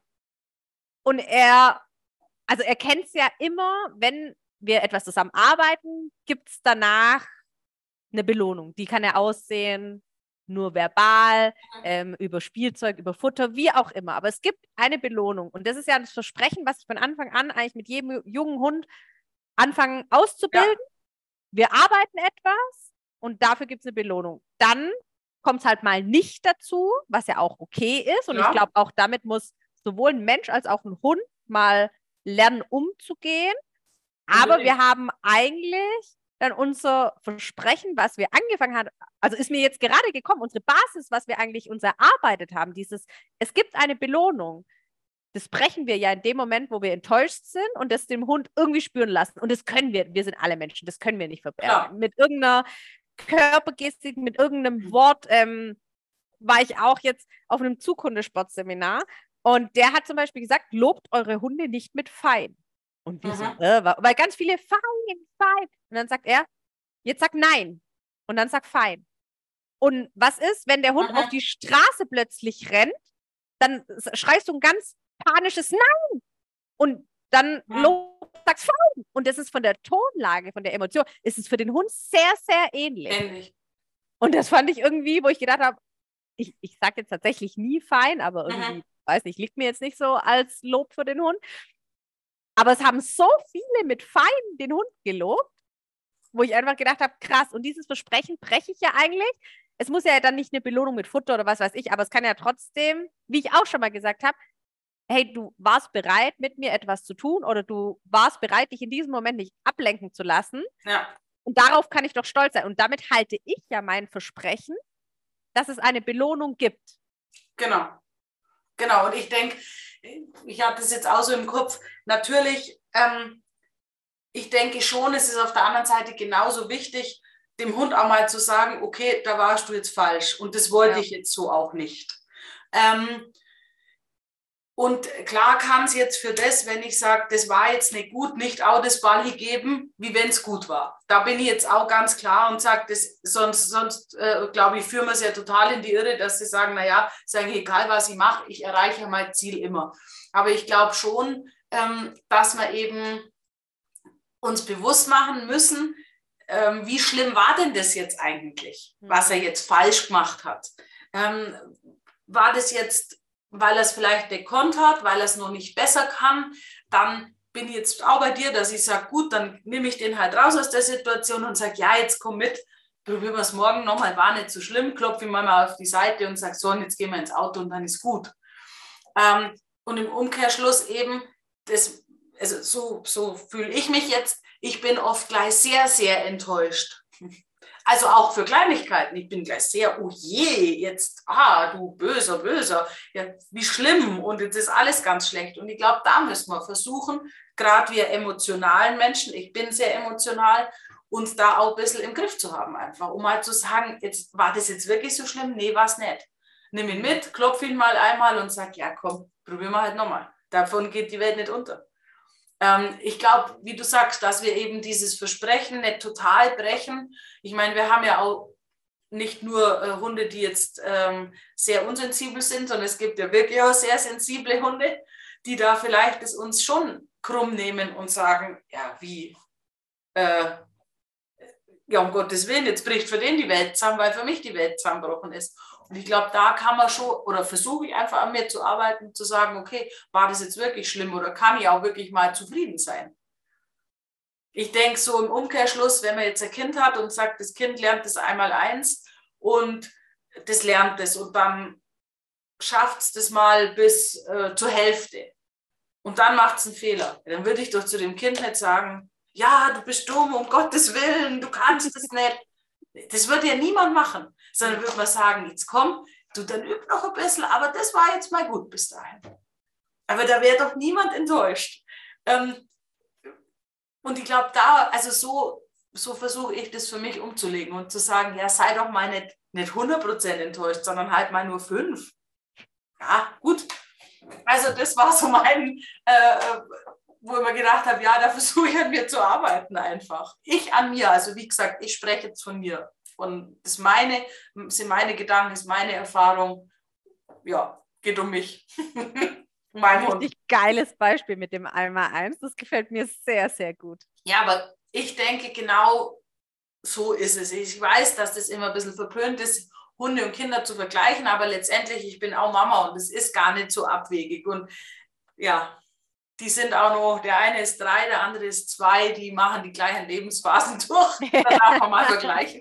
Und er, also er kennt es ja immer, wenn wir etwas zusammen arbeiten, gibt es danach eine Belohnung. Die kann er aussehen, nur verbal, ähm, über Spielzeug, über Futter, wie auch immer. Aber es gibt eine Belohnung. Und das ist ja das Versprechen, was ich von Anfang an eigentlich mit jedem jungen Hund anfangen auszubilden. Ja. Wir arbeiten etwas und dafür gibt es eine Belohnung. Dann kommt es halt mal nicht dazu, was ja auch okay ist. Und ja. Ich glaube, auch damit muss sowohl ein Mensch als auch ein Hund mal lernen, umzugehen. Aber wir haben eigentlich dann unser Versprechen, was wir angefangen haben, also ist mir jetzt gerade gekommen, unsere Basis, was wir eigentlich uns erarbeitet haben, dieses, es gibt eine Belohnung, das brechen wir ja in dem Moment, wo wir enttäuscht sind und das dem Hund irgendwie spüren lassen. Und das können wir, wir sind alle Menschen, das können wir nicht verbergen. Ja. Mit irgendeiner Körpergestik, mit irgendeinem Wort, ähm, war ich auch jetzt auf einem Zughundesportseminar und der hat zum Beispiel gesagt, lobt eure Hunde nicht mit fein. Und wir mhm. so, äh, weil ganz viele fein, fein. Und dann sagt er, jetzt sag nein. Und dann sag fein. Und was ist, wenn der Hund mhm. auf die Straße plötzlich rennt, dann schreist du ein ganz panisches Nein. Und dann mhm. lobst, sagst fein. Und das ist von der Tonlage, von der Emotion, ist es für den Hund sehr, sehr ähnlich. Ähnlich. Und das fand ich irgendwie, wo ich gedacht habe, ich, ich sage jetzt tatsächlich nie fein, aber irgendwie, mhm. weiß nicht, liegt mir jetzt nicht so als Lob für den Hund. Aber es haben so viele mit fein den Hund gelobt, wo ich einfach gedacht habe, krass, und dieses Versprechen breche ich ja eigentlich. Es muss ja dann nicht eine Belohnung mit Futter oder was weiß ich, aber es kann ja trotzdem, wie ich auch schon mal gesagt habe, hey, du warst bereit, mit mir etwas zu tun oder du warst bereit, dich in diesem Moment nicht ablenken zu lassen. Ja. Und darauf kann ich doch stolz sein. Und damit halte ich ja mein Versprechen, dass es eine Belohnung gibt. Genau. Genau. Und ich denke, ich habe das jetzt auch so im Kopf, natürlich, ähm, ich denke schon, es ist auf der anderen Seite genauso wichtig, dem Hund auch mal zu sagen, okay, da warst du jetzt falsch und das wollte Ja. ich jetzt so auch nicht. Ähm, und klar kann es jetzt für das, wenn ich sage, das war jetzt nicht gut, nicht auch das Balli geben, wie wenn es gut war. Da bin ich jetzt auch ganz klar und sage, das, sonst, sonst äh, glaube ich, führen wir es ja total in die Irre, dass sie sagen, naja, sage ich, egal was ich mache, ich erreiche mein Ziel immer. Aber ich glaube schon, ähm, dass wir eben uns bewusst machen müssen, ähm, wie schlimm war denn das jetzt eigentlich, was er jetzt falsch gemacht hat. Ähm, war das jetzt, weil er es vielleicht gekonnt hat, weil er es noch nicht besser kann, dann bin ich jetzt auch bei dir, dass ich sage, gut, dann nehme ich den halt raus aus der Situation und sage, ja, jetzt komm mit, probieren wir es morgen nochmal, war nicht so schlimm, klopfe ich mal auf die Seite und sage, so, und jetzt gehen wir ins Auto und dann ist gut. Ähm, und im Umkehrschluss eben, das, also so, so fühle ich mich jetzt, ich bin oft gleich sehr, sehr enttäuscht. Also auch für Kleinigkeiten. Ich bin gleich sehr, oh je, jetzt, ah, du böser, böser, ja, wie schlimm und jetzt ist alles ganz schlecht. Und ich glaube, da müssen wir versuchen, gerade wir emotionalen Menschen, ich bin sehr emotional, uns da auch ein bisschen im Griff zu haben einfach, um mal zu sagen, jetzt, war das jetzt wirklich so schlimm? Nee, war es nicht. Nimm ihn mit, klopf ihn mal einmal und sag, ja komm, probieren wir halt nochmal. Davon geht die Welt nicht unter. Ähm, ich glaube, wie du sagst, dass wir eben dieses Versprechen nicht total brechen. Ich meine, wir haben ja auch nicht nur äh, Hunde, die jetzt ähm, sehr unsensibel sind, sondern es gibt ja wirklich auch sehr sensible Hunde, die da vielleicht es uns schon krumm nehmen und sagen, ja, wie, äh, ja, um Gottes Willen, jetzt bricht für den die Welt zusammen, weil für mich die Welt zusammengebrochen ist. Und ich glaube, da kann man schon, oder versuche ich einfach an mir zu arbeiten, zu sagen, okay, war das jetzt wirklich schlimm oder kann ich auch wirklich mal zufrieden sein? Ich denke so im Umkehrschluss, wenn man jetzt ein Kind hat und sagt, das Kind lernt das einmal eins und das lernt das und dann schafft es das mal bis äh, zur Hälfte und dann macht es einen Fehler. Dann würde ich doch zu dem Kind nicht sagen, ja, du bist dumm, um Gottes Willen, du kannst das nicht. Das würde ja niemand machen, sondern würde man sagen, jetzt komm, du dann üb noch ein bisschen, aber das war jetzt mal gut bis dahin. Aber da wäre doch niemand enttäuscht. Ähm, und ich glaube, da, also so, so versuche ich das für mich umzulegen und zu sagen, ja, sei doch mal nicht, nicht hundert Prozent enttäuscht, sondern halt mal nur fünf. Ja, gut. Also das war so mein, äh, wo ich mir gedacht habe, ja, da versuche ich an mir zu arbeiten einfach. Ich an mir, also wie gesagt, ich spreche jetzt von mir. Und das meine, sind meine Gedanken, ist meine Erfahrung. Ja, geht um mich. Mein Hund. Richtig geiles Beispiel mit dem Einmal-Eins. Das gefällt mir sehr, sehr gut. Ja, aber ich denke, genau so ist es. Ich weiß, dass das immer ein bisschen verpönt ist, Hunde und Kinder zu vergleichen, aber letztendlich, ich bin auch Mama und es ist gar nicht so abwegig. Und ja, die sind auch noch, der eine ist drei, der andere ist zwei, die machen die gleichen Lebensphasen durch. Da darf man mal vergleichen.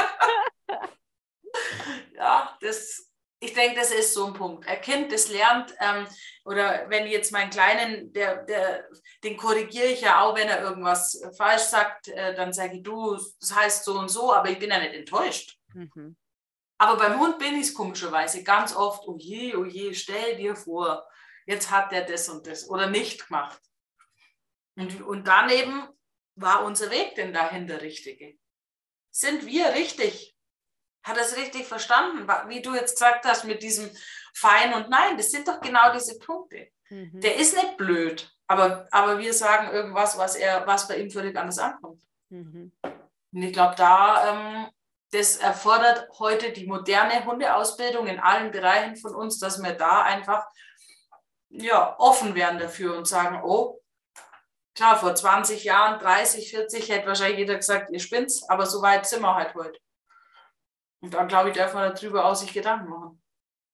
Ja, das, ich denke, das ist so ein Punkt. Ein Kind, das lernt, ähm, oder wenn jetzt meinen Kleinen, der, der, den korrigiere ich ja auch, wenn er irgendwas falsch sagt, äh, dann sage ich, du, das heißt so und so, aber ich bin ja nicht enttäuscht. Mhm. Aber beim Hund bin ich es komischerweise ganz oft, oh je, oh je, stell dir vor, jetzt hat der das und das oder nicht gemacht. Und, und daneben war unser Weg denn dahin der richtige. Sind wir richtig? Hat er es richtig verstanden? Wie du jetzt gesagt hast mit diesem Fein und Nein, das sind doch genau diese Punkte. Mhm. Der ist nicht blöd, aber, aber wir sagen irgendwas, was, er, was bei ihm völlig anders ankommt. Mhm. Und ich glaube, da... Ähm, das erfordert heute die moderne Hundeausbildung in allen Bereichen von uns, dass wir da einfach ja, offen werden dafür und sagen, oh, klar, vor zwanzig Jahren, dreißig, vierzig hätte wahrscheinlich jeder gesagt, ihr spinnt's, aber so weit sind wir halt heute. Und dann, glaube ich, darf man darüber auch sich Gedanken machen.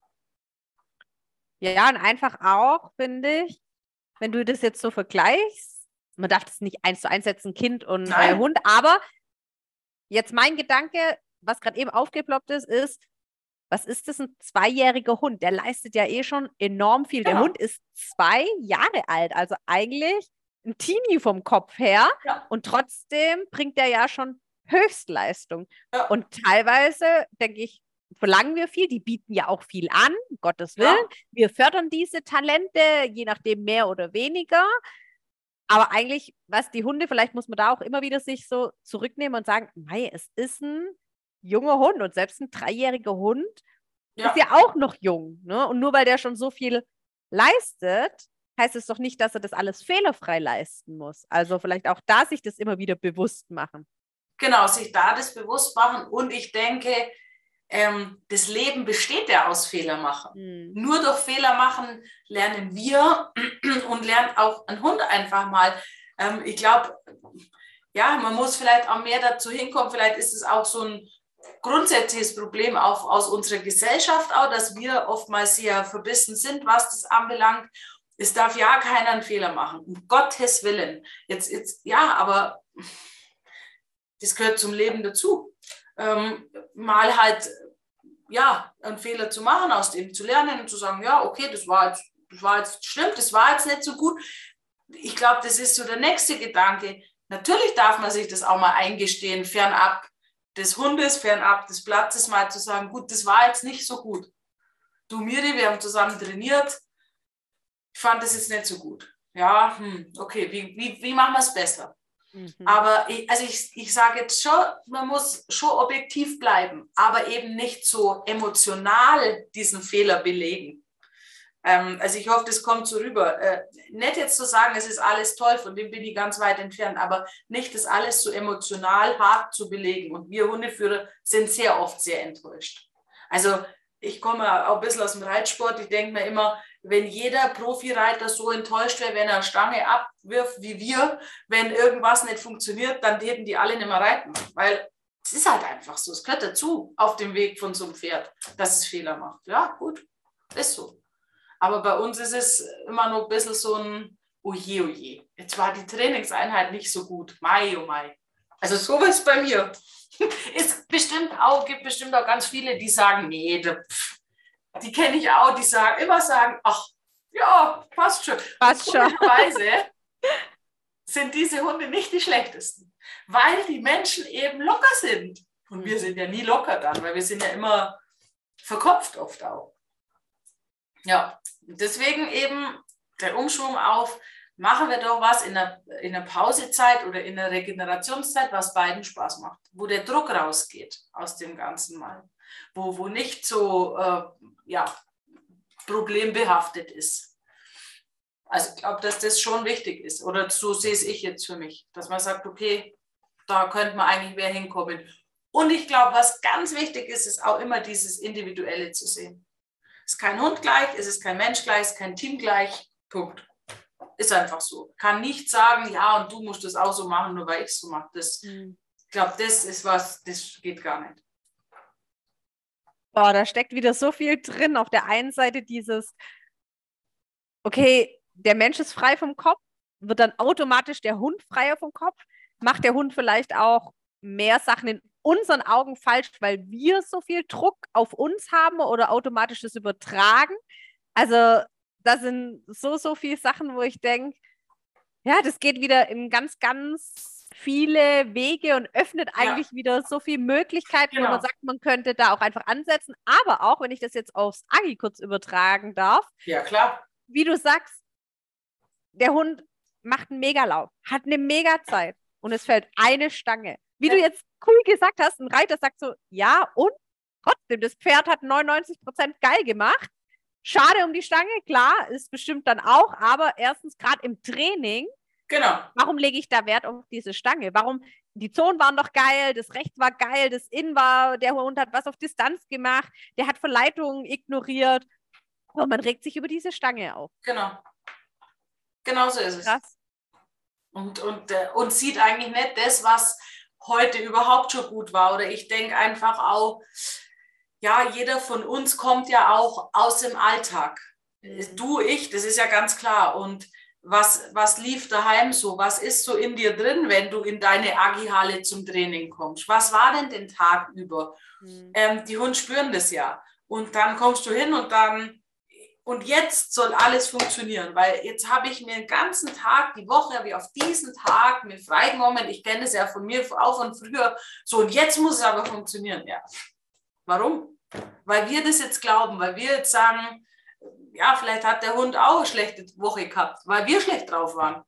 Ja, und einfach auch, finde ich, wenn du das jetzt so vergleichst, man darf das nicht eins zu eins setzen, Kind und äh, Hund, aber jetzt mein Gedanke, was gerade eben aufgeploppt ist, ist, was ist das, ein zweijähriger Hund? Der leistet ja eh schon enorm viel. Ja. Der Hund ist zwei Jahre alt, also eigentlich ein Teenie vom Kopf her. Ja. Und trotzdem bringt er ja schon Höchstleistung. Ja. Und teilweise, denke ich, verlangen wir viel. Die bieten ja auch viel an, um Gottes Willen. Ja. Wir fördern diese Talente, je nachdem mehr oder weniger. Aber eigentlich, was die Hunde, vielleicht muss man da auch immer wieder sich so zurücknehmen und sagen, mei, es ist ein junger Hund und selbst ein dreijähriger Hund Ja. ist ja auch noch jung. Ne? Und nur weil der schon so viel leistet, heißt es doch nicht, dass er das alles fehlerfrei leisten muss. Also vielleicht auch da sich das immer wieder bewusst machen. Genau, sich da das bewusst machen. Und ich denke, ähm, das Leben besteht ja aus Fehlermachen. Hm. Nur durch Fehler machen lernen wir und lernt auch ein Hund einfach mal. Ähm, ich glaube, ja, man muss vielleicht auch mehr dazu hinkommen. Vielleicht ist es auch so ein grundsätzliches Problem auch aus unserer Gesellschaft, auch, dass wir oftmals sehr verbissen sind, was das anbelangt. Es darf ja keiner einen Fehler machen, um Gottes Willen. Jetzt, jetzt, ja, aber das gehört zum Leben dazu. Ähm, mal halt, ja, einen Fehler zu machen, aus dem zu lernen und zu sagen, ja, okay, das war jetzt, das war jetzt stimmt, das war jetzt nicht so gut. Ich glaube, das ist so der nächste Gedanke. Natürlich darf man sich das auch mal eingestehen, fernab des Hundes, fernab des Platzes, mal zu sagen, gut, das war jetzt nicht so gut. Du, Miri, wir haben zusammen trainiert, ich fand das jetzt nicht so gut. Ja, hm, okay, wie, wie, wie machen wir es besser? Mhm. Aber ich, also ich, ich sage jetzt schon, man muss schon objektiv bleiben, aber eben nicht so emotional diesen Fehler belegen. Ähm, also ich hoffe, das kommt so rüber. Äh, nicht jetzt zu sagen, es ist alles toll, von dem bin ich ganz weit entfernt, aber nicht das alles so emotional hart zu belegen. Und wir Hundeführer sind sehr oft sehr enttäuscht. Also ich komme auch ein bisschen aus dem Reitsport, ich denke mir immer, wenn jeder Profireiter so enttäuscht wäre, wenn er eine Stange abwirft wie wir, wenn irgendwas nicht funktioniert, dann hätten die alle nicht mehr reiten. Weil es ist halt einfach so, es gehört dazu auf dem Weg von so einem Pferd, dass es Fehler macht. Ja, gut, ist so. Aber bei uns ist es immer noch ein bisschen so ein Oje, oje. Jetzt war die Trainingseinheit nicht so gut. Mai, oh mai. Also sowas bei mir. Ist bestimmt auch, gibt bestimmt auch ganz viele, die sagen, nee, da, pff, die kenne ich auch, die sagen, immer sagen, ach, ja, passt schon. Passt schon. Komischerweise sind diese Hunde nicht die schlechtesten, weil die Menschen eben locker sind. Und wir sind ja nie locker dann, weil wir sind ja immer verkopft oft auch. Ja, deswegen eben der Umschwung auf, machen wir doch was in der, in der Pausezeit oder in der Regenerationszeit, was beiden Spaß macht, wo der Druck rausgeht aus dem Ganzen mal, wo, wo nicht so äh, ja, problembehaftet ist. Also ich glaube, dass das schon wichtig ist oder so sehe es ich jetzt für mich, dass man sagt, okay, da könnte man eigentlich mehr hinkommen. Und ich glaube, was ganz wichtig ist, ist auch immer dieses Individuelle zu sehen. Es ist kein Hund gleich, es ist kein Mensch gleich, es ist kein Team gleich, Punkt. Ist einfach so. Kann nicht sagen, ja, und du musst das auch so machen, nur weil ich es so mache. Das, mhm. Ich glaube, das ist was, das geht gar nicht. Boah, da steckt wieder so viel drin. Auf der einen Seite dieses, okay, der Mensch ist frei vom Kopf, wird dann automatisch der Hund freier vom Kopf, macht der Hund vielleicht auch mehr Sachen in unseren Augen falsch, weil wir so viel Druck auf uns haben oder automatisch das übertragen. Also da sind so, so viele Sachen, wo ich denke, ja, das geht wieder in ganz, ganz viele Wege und öffnet eigentlich ja. wieder so viele Möglichkeiten, genau. wo man sagt, man könnte da auch einfach ansetzen. Aber auch, wenn ich das jetzt aufs Agi kurz übertragen darf, ja, klar. Wie du sagst, der Hund macht einen Megalauf, hat eine Megazeit und es fällt eine Stange. Wie ja. du jetzt cool gesagt hast, ein Reiter sagt so, ja und trotzdem, das Pferd hat neunundneunzig Prozent geil gemacht. Schade um die Stange, klar, ist bestimmt dann auch, aber erstens gerade im Training, genau. Warum lege ich da Wert auf diese Stange? Warum, die Zonen waren doch geil, das Rechts war geil, das Innen war, der Hund hat was auf Distanz gemacht, der hat Verleitungen ignoriert, aber man regt sich über diese Stange auf. Genau, genau so ist es. Krass. Und, und, äh, und sieht eigentlich nicht das, was heute überhaupt schon gut war, oder ich denke einfach auch, ja, jeder von uns kommt ja auch aus dem Alltag. Mhm. Du, ich, das ist ja ganz klar. Und was, was lief daheim so? Was ist so in dir drin, wenn du in deine Agi-Halle zum Training kommst? Was war denn den Tag über? Mhm. Ähm, die Hunde spüren das ja. Und dann kommst du hin und dann, und jetzt soll alles funktionieren, weil jetzt habe ich mir den ganzen Tag, die Woche habe ich auf diesen Tag mir freigenommen. Ich kenne es ja von mir auch von früher. So, und jetzt muss es aber funktionieren. Ja. Warum? Weil wir das jetzt glauben, weil wir jetzt sagen, ja, vielleicht hat der Hund auch eine schlechte Woche gehabt, weil wir schlecht drauf waren.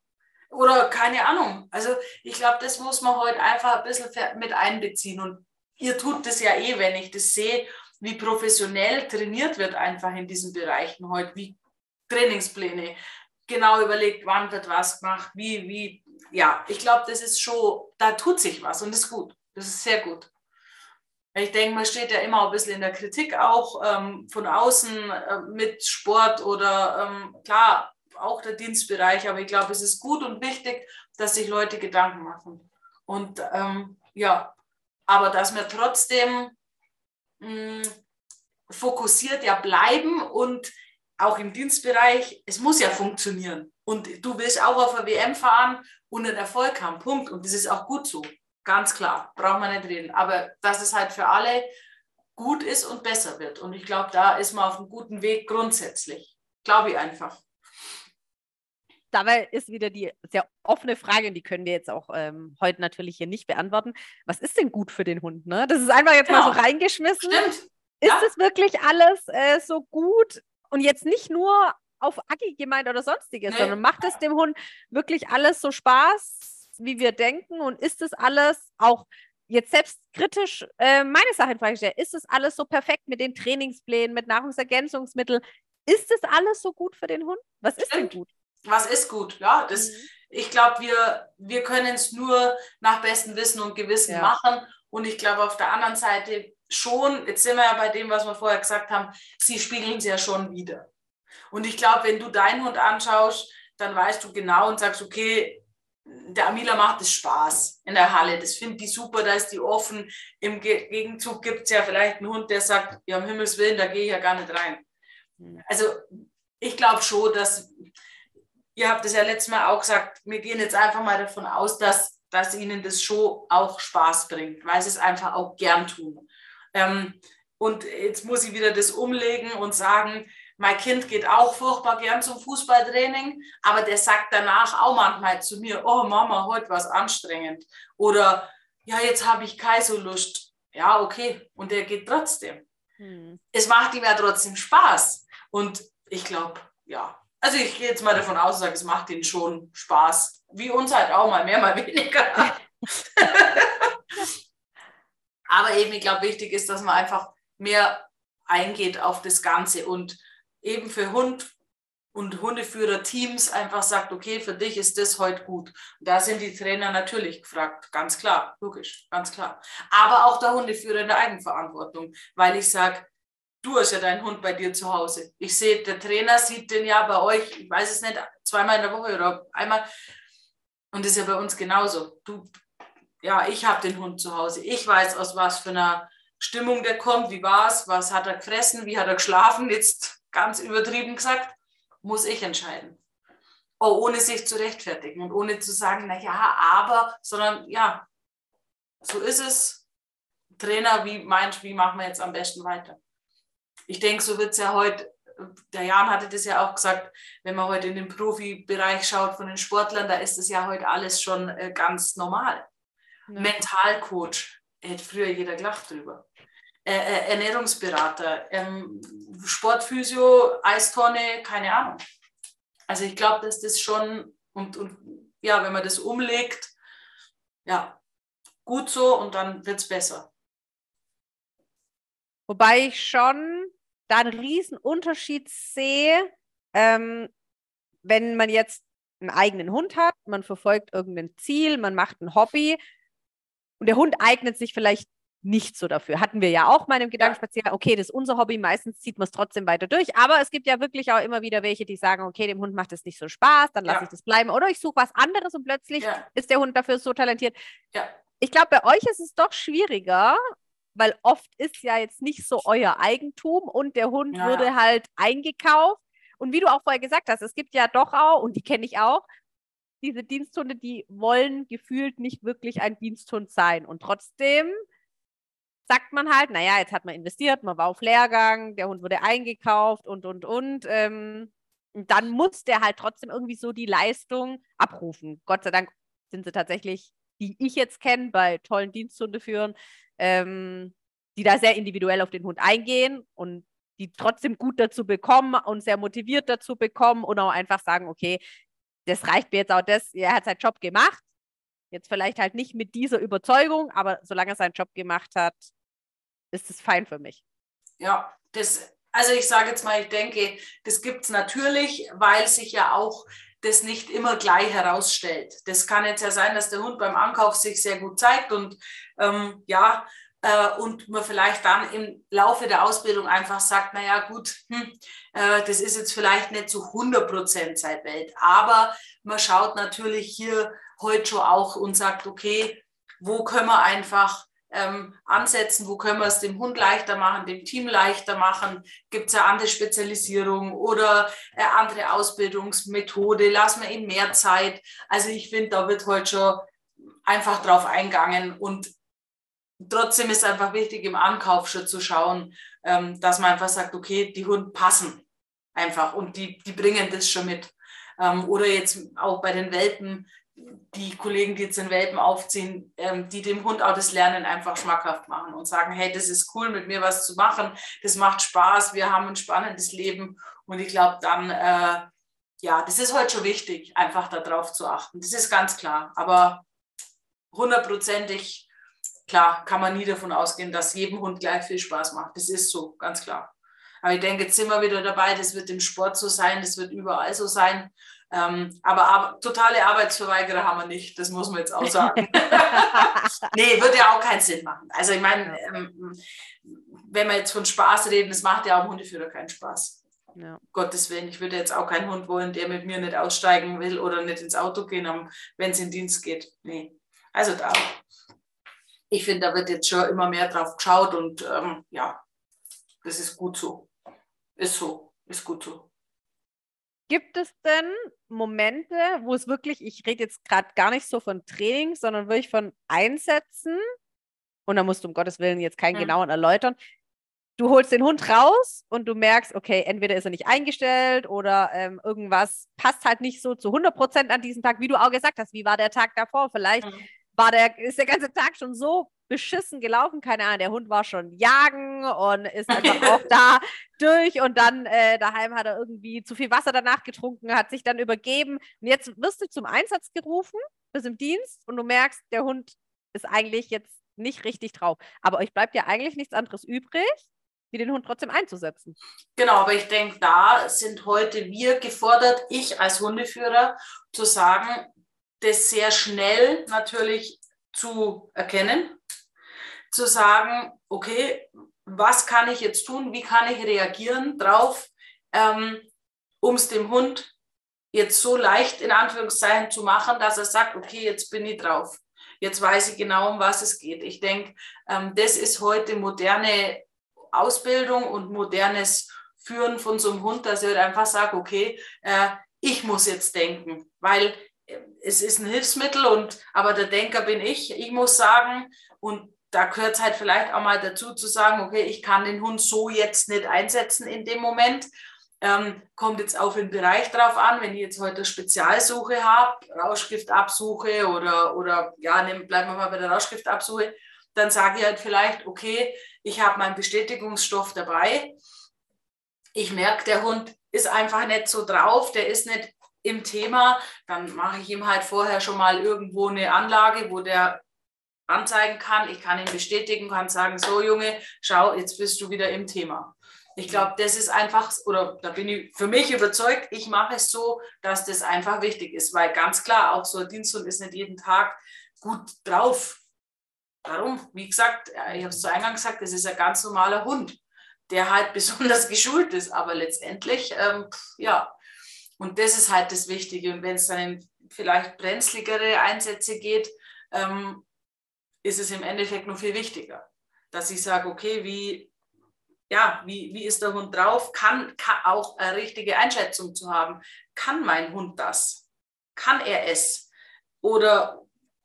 Oder keine Ahnung. Also ich glaube, das muss man heute einfach ein bisschen mit einbeziehen. Und ihr tut das ja eh, wenn ich das sehe, wie professionell trainiert wird einfach in diesen Bereichen heute, wie Trainingspläne, genau überlegt, wann wird was gemacht, wie, wie, ja, ich glaube, das ist schon, da tut sich was und das ist gut. Das ist sehr gut. Ich denke, man steht ja immer ein bisschen in der Kritik auch ähm, von außen äh, mit Sport oder ähm, klar, auch der Dienstbereich, aber ich glaube, es ist gut und wichtig, dass sich Leute Gedanken machen. Und ähm, ja, aber dass wir trotzdem mh, fokussiert ja bleiben und auch im Dienstbereich, es muss ja funktionieren. Und du willst auch auf eine W M fahren und einen Erfolg haben, Punkt. Und das ist auch gut so, ganz klar, braucht man nicht reden. Aber dass es halt für alle gut ist und besser wird. Und ich glaube, da ist man auf einem guten Weg grundsätzlich. Glaube ich einfach. Dabei ist wieder die sehr offene Frage, und die können wir jetzt auch ähm, heute natürlich hier nicht beantworten. Was ist denn gut für den Hund? Ne? Das ist einfach jetzt genau. mal so reingeschmissen. Stimmt. Ist ja. es wirklich alles äh, so gut? Und jetzt nicht nur auf Aggi gemeint oder sonstiges, nee. sondern macht es dem Hund wirklich alles so Spaß, wie wir denken? Und ist es alles auch jetzt selbstkritisch äh, meine Sache in Frage gestellt? Ist es alles so perfekt mit den Trainingsplänen, mit Nahrungsergänzungsmitteln? Ist es alles so gut für den Hund? Was ist Stimmt. denn gut? Was ist gut? Ja, das, mhm. ich glaube, wir, wir können es nur nach bestem Wissen und Gewissen ja. machen. Und ich glaube, auf der anderen Seite schon, jetzt sind wir ja bei dem, was wir vorher gesagt haben, sie spiegeln es ja schon wieder. Und ich glaube, wenn du deinen Hund anschaust, dann weißt du genau und sagst, okay, der Amila macht es Spaß in der Halle. Das finde ich super, da ist die offen. Im Gegenzug gibt es ja vielleicht einen Hund, der sagt, ja, um Himmels Willen, da gehe ich ja gar nicht rein. Mhm. Also ich glaube schon, dass... Ihr habt es ja letztes Mal auch gesagt, wir gehen jetzt einfach mal davon aus, dass, dass ihnen das schon auch Spaß bringt, weil sie es einfach auch gern tun. Ähm, und jetzt muss ich wieder das umlegen und sagen, mein Kind geht auch furchtbar gern zum Fußballtraining, aber der sagt danach auch manchmal zu mir, oh Mama, heute war es anstrengend. Oder, ja, jetzt habe ich keine so Lust. Ja, okay. Und der geht trotzdem. Hm. Es macht ihm ja trotzdem Spaß. Und ich glaube, ja, also ich gehe jetzt mal davon aus und sage, es macht ihnen schon Spaß. Wie uns halt auch, mal mehr, mal weniger. Aber eben, ich glaube, wichtig ist, dass man einfach mehr eingeht auf das Ganze und eben für Hund und Hundeführer-Teams einfach sagt, okay, für dich ist das heute gut. Und da sind die Trainer natürlich gefragt, ganz klar, logisch, ganz klar. Aber auch der Hundeführer in der Eigenverantwortung, weil ich sage, du hast ja deinen Hund bei dir zu Hause. Ich sehe, der Trainer sieht den ja bei euch, ich weiß es nicht, zweimal in der Woche oder einmal. Und das ist ja bei uns genauso. Du, ja, ich habe den Hund zu Hause. Ich weiß, aus was für einer Stimmung der kommt, wie war es, was hat er gefressen, wie hat er geschlafen, jetzt ganz übertrieben gesagt, muss ich entscheiden. Oh, ohne sich zu rechtfertigen und ohne zu sagen, na ja, aber, sondern ja, so ist es. Trainer, wie meinst du, wie machen wir jetzt am besten weiter? Ich denke, so wird es ja heute, der Jan hatte das ja auch gesagt, wenn man heute in den Profibereich schaut von den Sportlern, da ist das ja heute alles schon äh, ganz normal. Ja. Mentalcoach, hätte früher jeder gelacht drüber. Äh, äh, Ernährungsberater, ähm, Sportphysio, Eistonne, keine Ahnung. Also ich glaube, dass das schon, und, und ja, wenn man das umlegt, ja, gut so und dann wird es besser. Wobei ich schon da einen riesen Unterschied sehe, ähm, wenn man jetzt einen eigenen Hund hat, man verfolgt irgendein Ziel, man macht ein Hobby und der Hund eignet sich vielleicht nicht so dafür. Hatten wir ja auch mal im Gedankenspaziergang, okay, das ist unser Hobby, meistens zieht man es trotzdem weiter durch, aber es gibt ja wirklich auch immer wieder welche, die sagen, okay, dem Hund macht es nicht so Spaß, dann lasse ja. ich das bleiben oder ich suche was anderes und plötzlich ja. ist der Hund dafür so talentiert. Ja. Ich glaube, bei euch ist es doch schwieriger, weil oft ist ja jetzt nicht so euer Eigentum und der Hund ja. wurde halt eingekauft. Und wie du auch vorher gesagt hast, es gibt ja doch auch, und die kenne ich auch, diese Diensthunde, die wollen gefühlt nicht wirklich ein Diensthund sein. Und trotzdem sagt man halt, naja, jetzt hat man investiert, man war auf Lehrgang, der Hund wurde eingekauft und, und, und. Ähm, und dann muss der halt trotzdem irgendwie so die Leistung abrufen. Gott sei Dank sind sie tatsächlich, die ich jetzt kenne, bei tollen Diensthundeführern, ähm, die da sehr individuell auf den Hund eingehen und die trotzdem gut dazu bekommen und sehr motiviert dazu bekommen und auch einfach sagen, okay, das reicht mir jetzt auch das, er hat seinen Job gemacht, jetzt vielleicht halt nicht mit dieser Überzeugung, aber solange er seinen Job gemacht hat, ist es fein für mich. Ja, das, also ich sage jetzt mal, ich denke, das gibt es natürlich, weil sich ja auch das nicht immer gleich herausstellt. Das kann jetzt ja sein, dass der Hund beim Ankauf sich sehr gut zeigt und ähm, ja, äh, und man vielleicht dann im Laufe der Ausbildung einfach sagt, naja gut, hm, äh, das ist jetzt vielleicht nicht zu hundert Prozent Zeit Welt, aber man schaut natürlich hier heute schon auch und sagt, okay, wo können wir einfach Ähm, ansetzen, wo können wir es dem Hund leichter machen, dem Team leichter machen, gibt es eine andere Spezialisierung oder eine andere Ausbildungsmethode, lassen wir ihm mehr Zeit. Also ich finde, da wird heute schon einfach drauf eingegangen und trotzdem ist einfach wichtig, im Ankauf schon zu schauen, ähm, dass man einfach sagt, okay, die Hunde passen einfach und die, die bringen das schon mit. Ähm, oder jetzt auch bei den Welpen, die Kollegen, die jetzt den Welpen aufziehen, ähm, die dem Hund auch das Lernen einfach schmackhaft machen und sagen, hey, das ist cool, mit mir was zu machen, das macht Spaß, wir haben ein spannendes Leben und ich glaube dann, äh, ja, das ist heute schon wichtig, einfach darauf zu achten, das ist ganz klar, aber hundertprozentig, klar, kann man nie davon ausgehen, dass jedem Hund gleich viel Spaß macht, das ist so, ganz klar. Aber ich denke, jetzt sind wir wieder dabei, das wird im Sport so sein, das wird überall so sein. Ähm, aber, aber totale Arbeitsverweigerer haben wir nicht, das muss man jetzt auch sagen. Nee, würde ja auch keinen Sinn machen. Also ich meine, ja. ähm, wenn wir jetzt von Spaß reden, das macht ja auch dem Hundeführer keinen Spaß. Ja. Um Gottes Willen, ich würde jetzt auch keinen Hund wollen, der mit mir nicht aussteigen will oder nicht ins Auto gehen, wenn es in Dienst geht. Nee, also da. Ich finde, da wird jetzt schon immer mehr drauf geschaut und ähm, ja, das ist gut so. Ist so, ist gut so. Gibt es denn Momente, wo es wirklich, ich rede jetzt gerade gar nicht so von Training, sondern wirklich von Einsätzen, und da musst du um Gottes Willen jetzt keinen mhm. genauen erläutern, du holst den Hund raus und du merkst, okay, entweder ist er nicht eingestellt oder ähm, irgendwas passt halt nicht so zu hundert Prozent an diesem Tag, wie du auch gesagt hast, wie war der Tag davor? Vielleicht mhm. war der, ist der ganze Tag schon so beschissen gelaufen, keine Ahnung, der Hund war schon jagen und ist einfach auch da durch und dann äh, daheim hat er irgendwie zu viel Wasser danach getrunken, hat sich dann übergeben und jetzt wirst du zum Einsatz gerufen, bist im Dienst und du merkst, der Hund ist eigentlich jetzt nicht richtig drauf, aber euch bleibt ja eigentlich nichts anderes übrig, wie den Hund trotzdem einzusetzen. Genau, aber ich denke, da sind heute wir gefordert, ich als Hundeführer, zu sagen, das sehr schnell natürlich zu erkennen, zu sagen, okay, was kann ich jetzt tun, wie kann ich reagieren drauf, ähm, um es dem Hund jetzt so leicht in Anführungszeichen zu machen, dass er sagt, okay, jetzt bin ich drauf, jetzt weiß ich genau, um was es geht. Ich denke, ähm, das ist heute moderne Ausbildung und modernes Führen von so einem Hund, dass er halt einfach sagt, okay, äh, ich muss jetzt denken, weil es ist ein Hilfsmittel, und aber der Denker bin ich. Ich muss sagen, und da gehört es halt vielleicht auch mal dazu zu sagen, okay, ich kann den Hund so jetzt nicht einsetzen in dem Moment. Ähm, kommt jetzt auf den Bereich drauf an, wenn ich jetzt heute eine Spezialsuche habe, Rauschgiftabsuche oder, oder ja, nehm, bleiben wir mal bei der Rauschgiftabsuche, dann sage ich halt vielleicht, okay, ich habe meinen Bestätigungsstoff dabei. Ich merke, der Hund ist einfach nicht so drauf, der ist nicht im Thema, dann mache ich ihm halt vorher schon mal irgendwo eine Anlage, wo der anzeigen kann, ich kann ihn bestätigen, kann sagen, so Junge, schau, jetzt bist du wieder im Thema. Ich glaube, das ist einfach, oder da bin ich für mich überzeugt, ich mache es so, dass das einfach wichtig ist, weil ganz klar, auch so ein Diensthund ist nicht jeden Tag gut drauf. Warum? Wie gesagt, ich habe es zu Eingang gesagt, das ist ein ganz normaler Hund, der halt besonders geschult ist, aber letztendlich, ähm, ja, und das ist halt das Wichtige. Und wenn es dann in vielleicht brenzligere Einsätze geht, ähm, ist es im Endeffekt noch viel wichtiger, dass ich sage, okay, wie, ja, wie, wie ist der Hund drauf? Kann, kann auch eine richtige Einschätzung zu haben. Kann mein Hund das? Kann er es? Oder,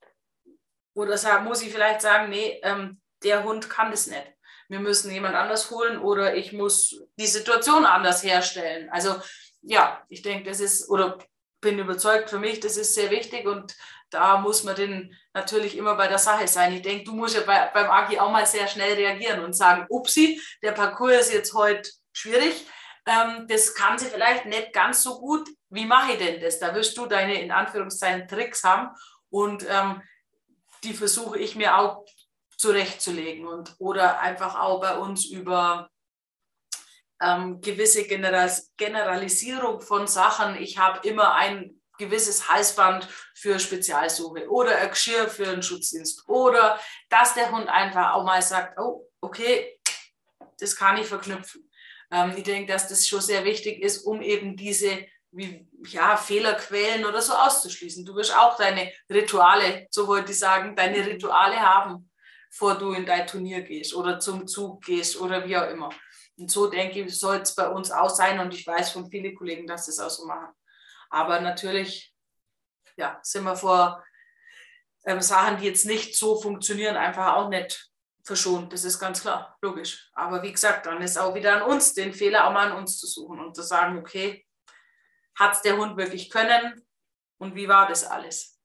oder sagen, muss ich vielleicht sagen, nee, ähm, der Hund kann das nicht. Wir müssen jemand anders holen oder ich muss die Situation anders herstellen. Also ja, ich denke, das ist, oder bin überzeugt, für mich, das ist sehr wichtig, und da muss man den natürlich immer bei der Sache sein. Ich denke, du musst ja bei, beim Agi auch mal sehr schnell reagieren und sagen, upsi, der Parcours ist jetzt heute schwierig, Ähm, das kann sie vielleicht nicht ganz so gut. Wie mache ich denn das? Da wirst du deine, in Anführungszeichen, Tricks haben und ähm, die versuche ich mir auch zurechtzulegen und oder einfach auch bei uns über ähm, gewisse General- Generalisierung von Sachen. Ich habe immer ein gewisses Halsband für Spezialsuche oder ein Geschirr für einen Schutzdienst oder dass der Hund einfach auch mal sagt, oh, okay, das kann ich verknüpfen. Ähm, ich denke, dass das schon sehr wichtig ist, um eben diese wie, ja, Fehlerquellen oder so auszuschließen. Du wirst auch deine Rituale, so wollte ich sagen, deine Rituale haben, bevor du in dein Turnier gehst oder zum Zug gehst oder wie auch immer. Und so denke ich, soll es bei uns auch sein und ich weiß von vielen Kollegen, dass sie es auch so machen. Aber natürlich ja, sind wir vor ähm, Sachen, die jetzt nicht so funktionieren, einfach auch nicht verschont. Das ist ganz klar, logisch. Aber wie gesagt, dann ist auch wieder an uns, den Fehler auch mal an uns zu suchen und zu sagen, okay, hat es der Hund wirklich können und wie war das alles?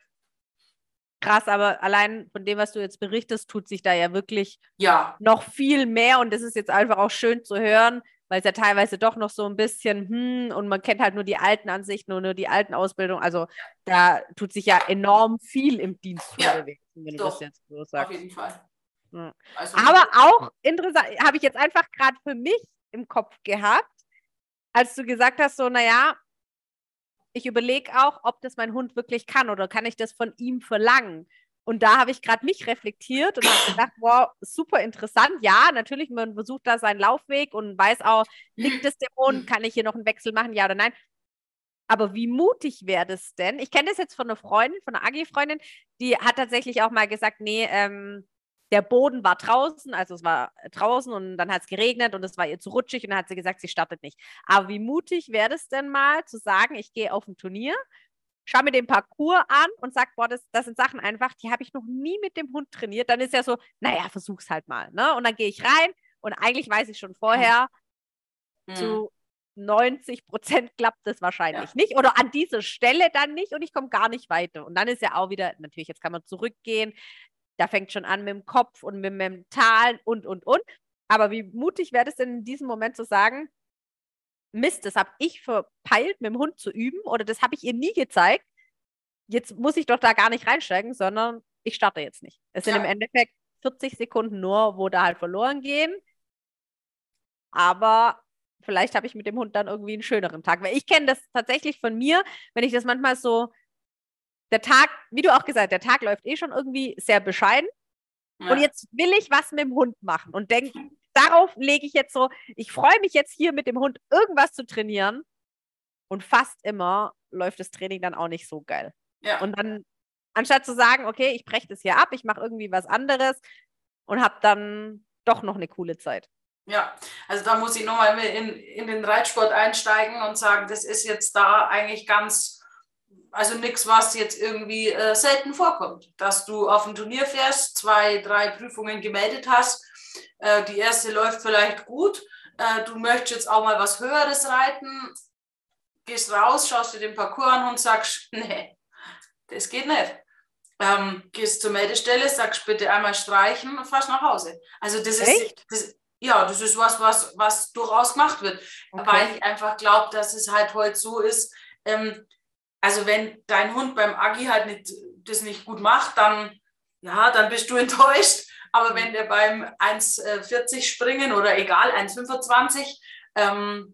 Krass, aber allein von dem, was du jetzt berichtest, tut sich da ja wirklich ja. noch viel mehr und das ist jetzt einfach auch schön zu hören, weil es ja teilweise doch noch so ein bisschen, hm, und man kennt halt nur die alten Ansichten und nur die alten Ausbildungen. Also da tut sich ja enorm viel im Dienst ja. bewegen, wenn du Doch, das jetzt so sagst. Auf jeden Fall. Ja. Also, aber auch interessant, habe ich jetzt einfach gerade für mich im Kopf gehabt, als du gesagt hast, so, naja, ich überlege auch, ob das mein Hund wirklich kann oder kann ich das von ihm verlangen. Und da habe ich gerade mich reflektiert und habe gedacht, wow, super interessant. Ja, natürlich, man versucht da seinen Laufweg und weiß auch, liegt es dem Hund, kann ich hier noch einen Wechsel machen, ja oder nein. Aber wie mutig wäre das denn? Ich kenne das jetzt von einer Freundin, von einer A G-Freundin, die hat tatsächlich auch mal gesagt, nee, ähm, der Boden war draußen, also es war draußen und dann hat es geregnet und es war ihr zu rutschig und dann hat sie gesagt, sie startet nicht. Aber wie mutig wäre das denn mal zu sagen, ich gehe auf ein Turnier, schaue mir den Parcours an und sage, boah, das, das sind Sachen einfach, die habe ich noch nie mit dem Hund trainiert. Dann ist ja so, naja, versuch's halt mal. Ne? Und dann gehe ich rein und eigentlich weiß ich schon vorher, mhm. zu neunzig Prozent klappt das wahrscheinlich ja. nicht oder an dieser Stelle dann nicht und ich komme gar nicht weiter. Und dann ist ja auch wieder, natürlich, jetzt kann man zurückgehen, da fängt schon an mit dem Kopf und mit dem Mentalen und, und, und. Aber wie mutig wäre es denn in diesem Moment zu sagen, Mist, das habe ich verpeilt, mit dem Hund zu üben oder das habe ich ihr nie gezeigt. Jetzt muss ich doch da gar nicht reinsteigen, sondern ich starte jetzt nicht. Es sind ja. im Endeffekt vierzig Sekunden nur, wo da halt verloren gehen. Aber vielleicht habe ich mit dem Hund dann irgendwie einen schöneren Tag. Weil ich kenne das tatsächlich von mir, wenn ich das manchmal so, der Tag, wie du auch gesagt hast, der Tag läuft eh schon irgendwie sehr bescheiden. Ja. Und jetzt will ich was mit dem Hund machen und denke, darauf lege ich jetzt so, ich freue mich jetzt hier mit dem Hund irgendwas zu trainieren. Und fast immer läuft das Training dann auch nicht so geil. Ja. Und dann, anstatt zu sagen, okay, ich breche das hier ab, ich mache irgendwie was anderes und habe dann doch noch eine coole Zeit. Ja, also da muss ich nochmal in, in den Reitsport einsteigen und sagen, das ist jetzt da eigentlich ganz, also nichts, was jetzt irgendwie äh, selten vorkommt. Dass du auf ein Turnier fährst, zwei, drei Prüfungen gemeldet hast, äh, die erste läuft vielleicht gut, äh, du möchtest jetzt auch mal was Höheres reiten, gehst raus, schaust dir den Parcours an und sagst, nee, das geht nicht. Ähm, gehst zur Meldestelle, sagst bitte einmal streichen und fährst nach Hause. Also das Echt? ist, das, ja, das ist was, was, was durchaus gemacht wird, okay. Weil ich einfach glaube, dass es halt heute so ist, ähm, also wenn dein Hund beim Agi halt nicht, das nicht gut macht, dann, ja, dann bist du enttäuscht, aber mhm. wenn der beim eins vierzig springen oder egal, eins fünfundzwanzig ähm,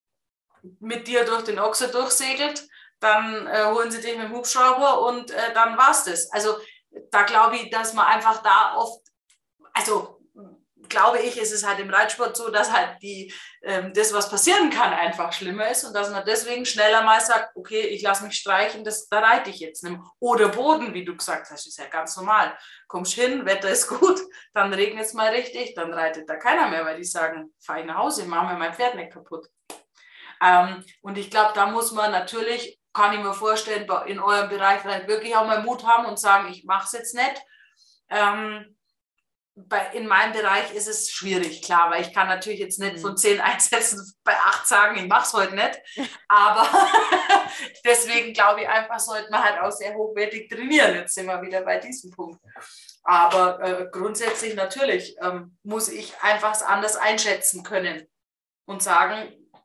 mit dir durch den Ochse durchsegelt, dann äh, holen sie dich mit dem Hubschrauber und äh, dann war's das. Also da glaube ich, dass man einfach da oft, also glaube ich, ist es halt im Reitsport so, dass halt die, ähm, das, was passieren kann, einfach schlimmer ist und dass man deswegen schneller mal sagt, okay, ich lasse mich streichen, das, da reite ich jetzt nicht. Oder Boden, wie du gesagt hast, ist ja ganz normal. Kommst hin, Wetter ist gut, dann regnet es mal richtig, dann reitet da keiner mehr, weil die sagen, fahr ich nach Hause, mach mir mein Pferd nicht kaputt. Ähm, und ich glaube, da muss man natürlich, kann ich mir vorstellen, in eurem Bereich vielleicht wirklich auch mal Mut haben und sagen, ich mache es jetzt nicht. Ähm, bei, in meinem Bereich ist es schwierig, klar, weil ich kann natürlich jetzt nicht von zehn Einsätzen bei acht sagen, ich mache es heute nicht. Aber deswegen glaube ich einfach, sollte man halt auch sehr hochwertig trainieren. Jetzt sind wir wieder bei diesem Punkt. Aber äh, grundsätzlich natürlich ähm, muss ich einfach es anders einschätzen können und sagen,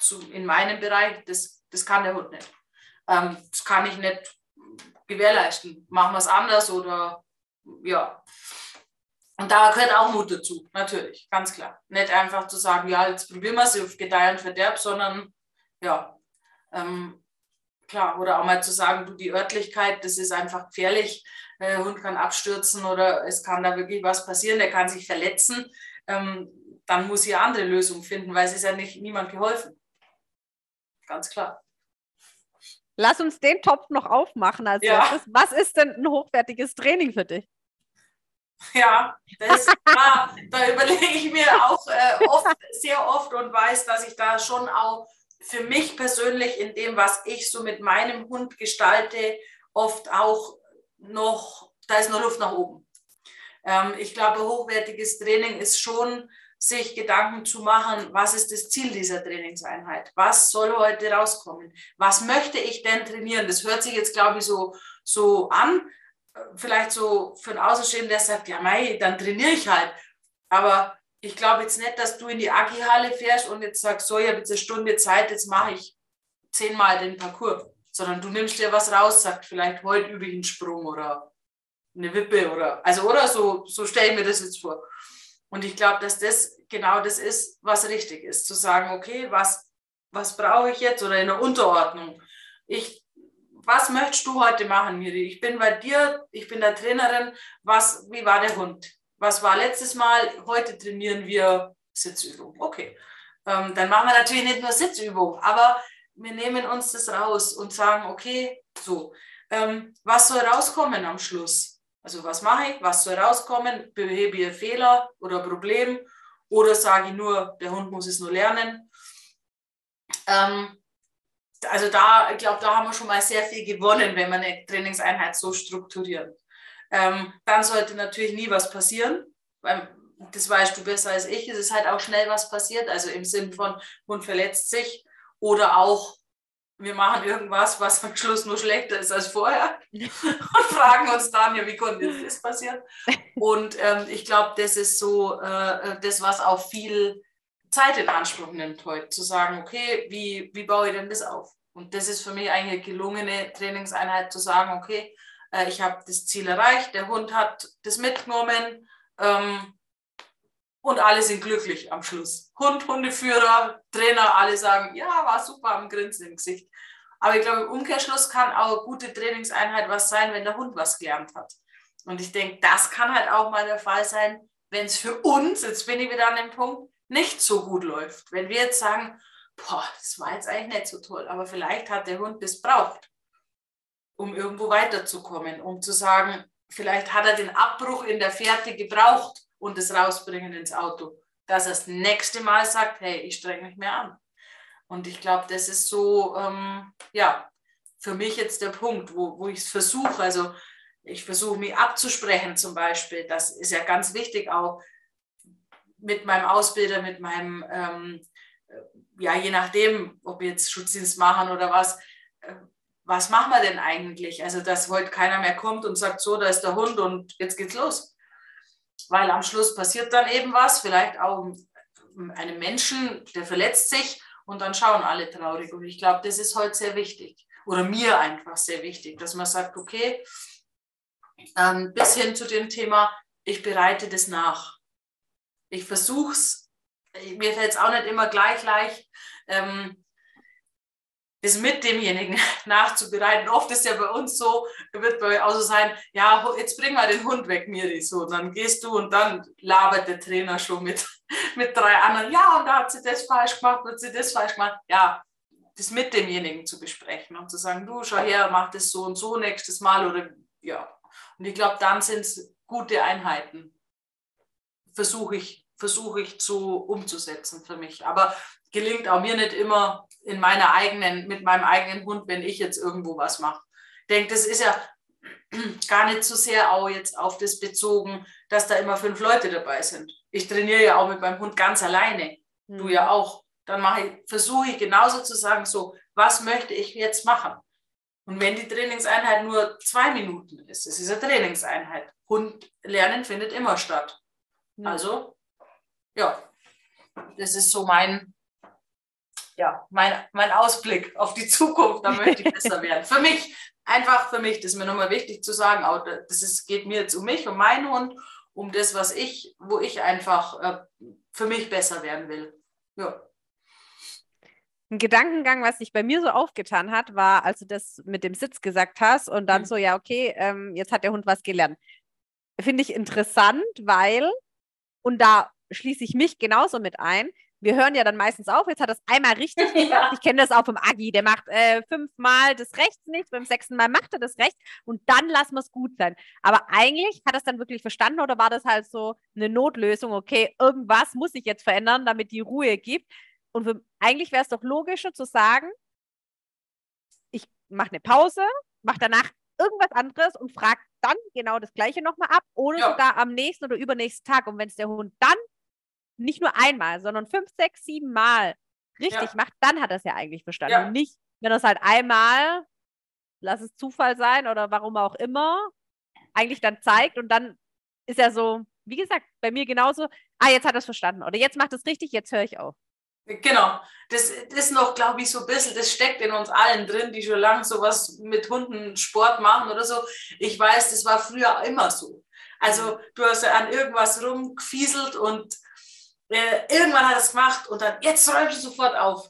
zu, in meinem Bereich, das, das kann der Hund nicht. Ähm, das kann ich nicht gewährleisten. Machen wir es anders oder ja. Und da gehört auch Mut dazu, natürlich, ganz klar. Nicht einfach zu sagen, ja, jetzt probieren wir es auf Gedeih und Verderb, sondern ja, ähm, klar. Oder auch mal zu sagen, du, die Örtlichkeit, das ist einfach gefährlich. Der Hund kann abstürzen oder es kann da wirklich was passieren, der kann sich verletzen. Ähm, dann muss ich eine andere Lösung finden, weil es ist ja nicht niemand geholfen. Ganz klar. Lass uns den Topf noch aufmachen als Ja. letztes. Was ist denn ein hochwertiges Training für dich? Ja, das, da, da überlege ich mir auch äh, oft, sehr oft und weiß, dass ich da schon auch für mich persönlich in dem, was ich so mit meinem Hund gestalte, oft auch noch, da ist noch Luft nach oben. Ähm, ich glaube, hochwertiges Training ist schon, sich Gedanken zu machen, was ist das Ziel dieser Trainingseinheit? Was soll heute rauskommen? Was möchte ich denn trainieren? Das hört sich jetzt, glaube ich, so, so an, vielleicht so für einen Außenstehenden, der sagt, ja mei, dann trainiere ich halt. Aber ich glaube jetzt nicht, dass du in die Aggi-Halle fährst und jetzt sagst, so, ich habe jetzt eine Stunde Zeit, jetzt mache ich zehnmal den Parcours. Sondern du nimmst dir was raus, sagst vielleicht heute übe ich einen Sprung oder eine Wippe oder, also oder so, so stelle ich mir das jetzt vor. Und ich glaube, dass das genau das ist, was richtig ist. Zu sagen, okay, was, was brauche ich jetzt oder in der Unterordnung. Ich Was möchtest du heute machen, Miri? Ich bin bei dir, ich bin der Trainerin. Was, wie war der Hund? Was war letztes Mal? Heute trainieren wir Sitzübung. Okay. Ähm, dann machen wir natürlich nicht nur Sitzübung, aber wir nehmen uns das raus und sagen, okay, so, ähm, was soll rauskommen am Schluss? Also was mache ich? Was soll rauskommen? Behebe ich Fehler oder Problem? Oder sage ich nur, der Hund muss es nur lernen? Ähm, Also da, ich glaube, da haben wir schon mal sehr viel gewonnen, wenn wir eine Trainingseinheit so strukturieren. Ähm, dann sollte natürlich nie was passieren, weil das weißt du besser als ich, es ist halt auch schnell was passiert, also im Sinn von Hund verletzt sich oder auch wir machen irgendwas, was am Schluss nur schlechter ist als vorher und fragen uns dann, ja, wie konnte jetzt das passieren? Und ähm, ich glaube, das ist so äh, das, was auch viel Zeit in Anspruch nimmt heute, zu sagen, okay, wie, wie baue ich denn das auf? Und das ist für mich eigentlich eine gelungene Trainingseinheit, zu sagen, okay, äh, ich habe das Ziel erreicht, der Hund hat das mitgenommen ähm, und alle sind glücklich am Schluss. Hund, Hundeführer, Trainer, alle sagen, ja, war super, am Grinsen im Gesicht. Aber ich glaube, im Umkehrschluss kann auch eine gute Trainingseinheit was sein, wenn der Hund was gelernt hat. Und ich denke, das kann halt auch mal der Fall sein, wenn es für uns, jetzt bin ich wieder an dem Punkt, nicht so gut läuft. Wenn wir jetzt sagen, boah, das war jetzt eigentlich nicht so toll, aber vielleicht hat der Hund das braucht, um irgendwo weiterzukommen, um zu sagen, vielleicht hat er den Abbruch in der Fährte gebraucht und das Rausbringen ins Auto, dass er das nächste Mal sagt, hey, ich strenge mich mehr an. Und ich glaube, das ist so, ähm, ja, für mich jetzt der Punkt, wo, wo ich es versuche, also ich versuche mich abzusprechen zum Beispiel, das ist ja ganz wichtig auch mit meinem Ausbilder, mit meinem, ähm, ja, je nachdem, ob wir jetzt Schutzdienst machen oder was, äh, was machen wir denn eigentlich? Also, dass heute keiner mehr kommt und sagt, so, da ist der Hund und jetzt geht's los. Weil am Schluss passiert dann eben was, vielleicht auch einem Menschen, der verletzt sich und dann schauen alle traurig. Und ich glaube, das ist heute sehr wichtig oder mir einfach sehr wichtig, dass man sagt, okay, ähm, bis hin zu dem Thema, ich bereite das nach. Ich versuche es, mir fällt es auch nicht immer gleich leicht, ähm, das mit demjenigen nachzubereiten. Oft ist ja bei uns so, wird bei euch auch so sein, ja, jetzt bring mal den Hund weg, Miri. So, dann gehst du und dann labert der Trainer schon mit, mit drei anderen. Ja, und da hat sie das falsch gemacht, hat sie das falsch gemacht. Ja, das mit demjenigen zu besprechen und zu sagen, du, schau her, mach das so und so nächstes Mal oder ja. Und ich glaube, dann sind es gute Einheiten. Versuche ich, versuche ich zu umzusetzen für mich. Aber gelingt auch mir nicht immer in meiner eigenen, mit meinem eigenen Hund, wenn ich jetzt irgendwo was mache. Ich denke, das ist ja gar nicht so sehr auch jetzt auf das bezogen, dass da immer fünf Leute dabei sind. Ich trainiere ja auch mit meinem Hund ganz alleine. Mhm. Du ja auch. Dann mache ich, versuche ich genauso zu sagen, so, was möchte ich jetzt machen? Und wenn die Trainingseinheit nur zwei Minuten ist, es ist eine Trainingseinheit. Hund lernen findet immer statt. Mhm. Also, ja, das ist so mein, ja, mein, mein Ausblick auf die Zukunft, da möchte ich besser werden. Für mich, einfach für mich, das ist mir nochmal wichtig zu sagen, auch das ist, geht mir jetzt um mich, um meinen Hund, um das, was ich, wo ich einfach äh, für mich besser werden will. Ja. Ein Gedankengang, was sich bei mir so aufgetan hat, war, als du das mit dem Sitz gesagt hast und dann mhm. so, ja, okay, ähm, jetzt hat der Hund was gelernt. Finde ich interessant, weil, und da schließe ich mich genauso mit ein, wir hören ja dann meistens auf, jetzt hat er es einmal richtig gemacht. Ja. Ich kenne das auch vom Agi, der macht äh, fünfmal das rechts nichts, beim sechsten Mal macht er das rechts und dann lassen wir es gut sein. Aber eigentlich hat er es dann wirklich verstanden oder war das halt so eine Notlösung, okay, irgendwas muss ich jetzt verändern, damit die Ruhe gibt. Und für, eigentlich wäre es doch logischer zu sagen, ich mache eine Pause, mache danach irgendwas anderes und frage dann genau das Gleiche nochmal ab oder ja. sogar am nächsten oder übernächsten Tag. Und wenn es der Hund dann nicht nur einmal, sondern fünf, sechs, sieben Mal richtig ja. macht, dann hat er es ja eigentlich verstanden. Ja. Und nicht, wenn er es halt einmal, lass es Zufall sein oder warum auch immer, eigentlich dann zeigt und dann ist er so, wie gesagt, bei mir genauso, ah, jetzt hat er es verstanden oder jetzt macht es richtig, jetzt höre ich auf. Genau, das, das ist noch, glaube ich, so ein bisschen, das steckt in uns allen drin, die schon lange sowas mit Hunden Sport machen oder so. Ich weiß, das war früher immer so. Also du hast ja an irgendwas rumgefieselt und äh, irgendwann hat er es gemacht und dann, jetzt räumst du sofort auf.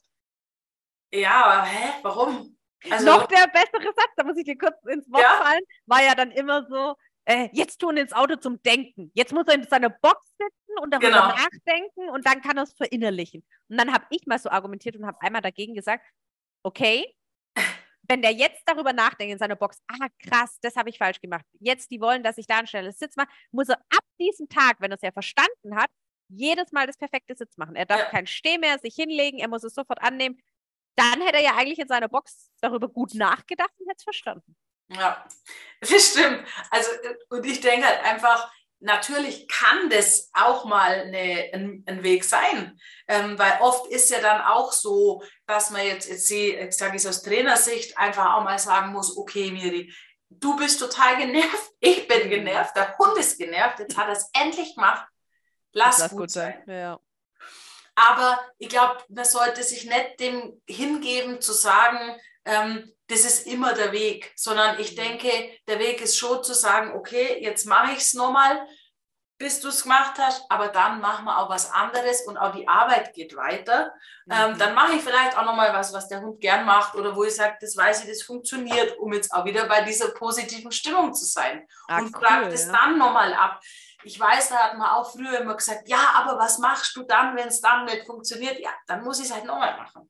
Ja, aber hä, warum? Also, noch der bessere Satz, da muss ich dir kurz ins Wort ja? fallen, war ja dann immer so, Äh, jetzt tun ins Auto zum Denken. Jetzt muss er in seiner Box sitzen und darüber genau. nachdenken und dann kann er es verinnerlichen. Und dann habe ich mal so argumentiert und habe einmal dagegen gesagt, okay, wenn der jetzt darüber nachdenkt in seiner Box, ah krass, das habe ich falsch gemacht. Jetzt, die wollen, dass ich da ein schnelles Sitz mache, muss er ab diesem Tag, wenn er es ja verstanden hat, jedes Mal das perfekte Sitz machen. Er darf ja. kein Steh mehr sich hinlegen, er muss es sofort annehmen. Dann hätte er ja eigentlich in seiner Box darüber gut nachgedacht und hätte es verstanden. Ja, das stimmt. Also, und ich denke halt einfach, natürlich kann das auch mal eine, ein, ein Weg sein, ähm, weil oft ist ja dann auch so, dass man jetzt, jetzt ich sage es aus Trainersicht, einfach auch mal sagen muss, okay, Miri, du bist total genervt, ich bin genervt, der Hund ist genervt, jetzt hat er es endlich gemacht, lass, lass gut, gut sein. sein. Ja. Aber ich glaube, man sollte sich nicht dem hingeben zu sagen, ähm, das ist immer der Weg, sondern ich denke, der Weg ist schon zu sagen, okay, jetzt mache ich es nochmal, bis du es gemacht hast, aber dann machen wir auch was anderes und auch die Arbeit geht weiter. Mhm. Ähm, dann mache ich vielleicht auch nochmal was, was der Hund gern macht oder wo ich sage, das weiß ich, das funktioniert, um jetzt auch wieder bei dieser positiven Stimmung zu sein. Ah, und cool, frage das ja. dann nochmal ab. Ich weiß, da hat man auch früher immer gesagt, ja, aber was machst du dann, wenn es dann nicht funktioniert? Ja, dann muss ich es halt nochmal machen.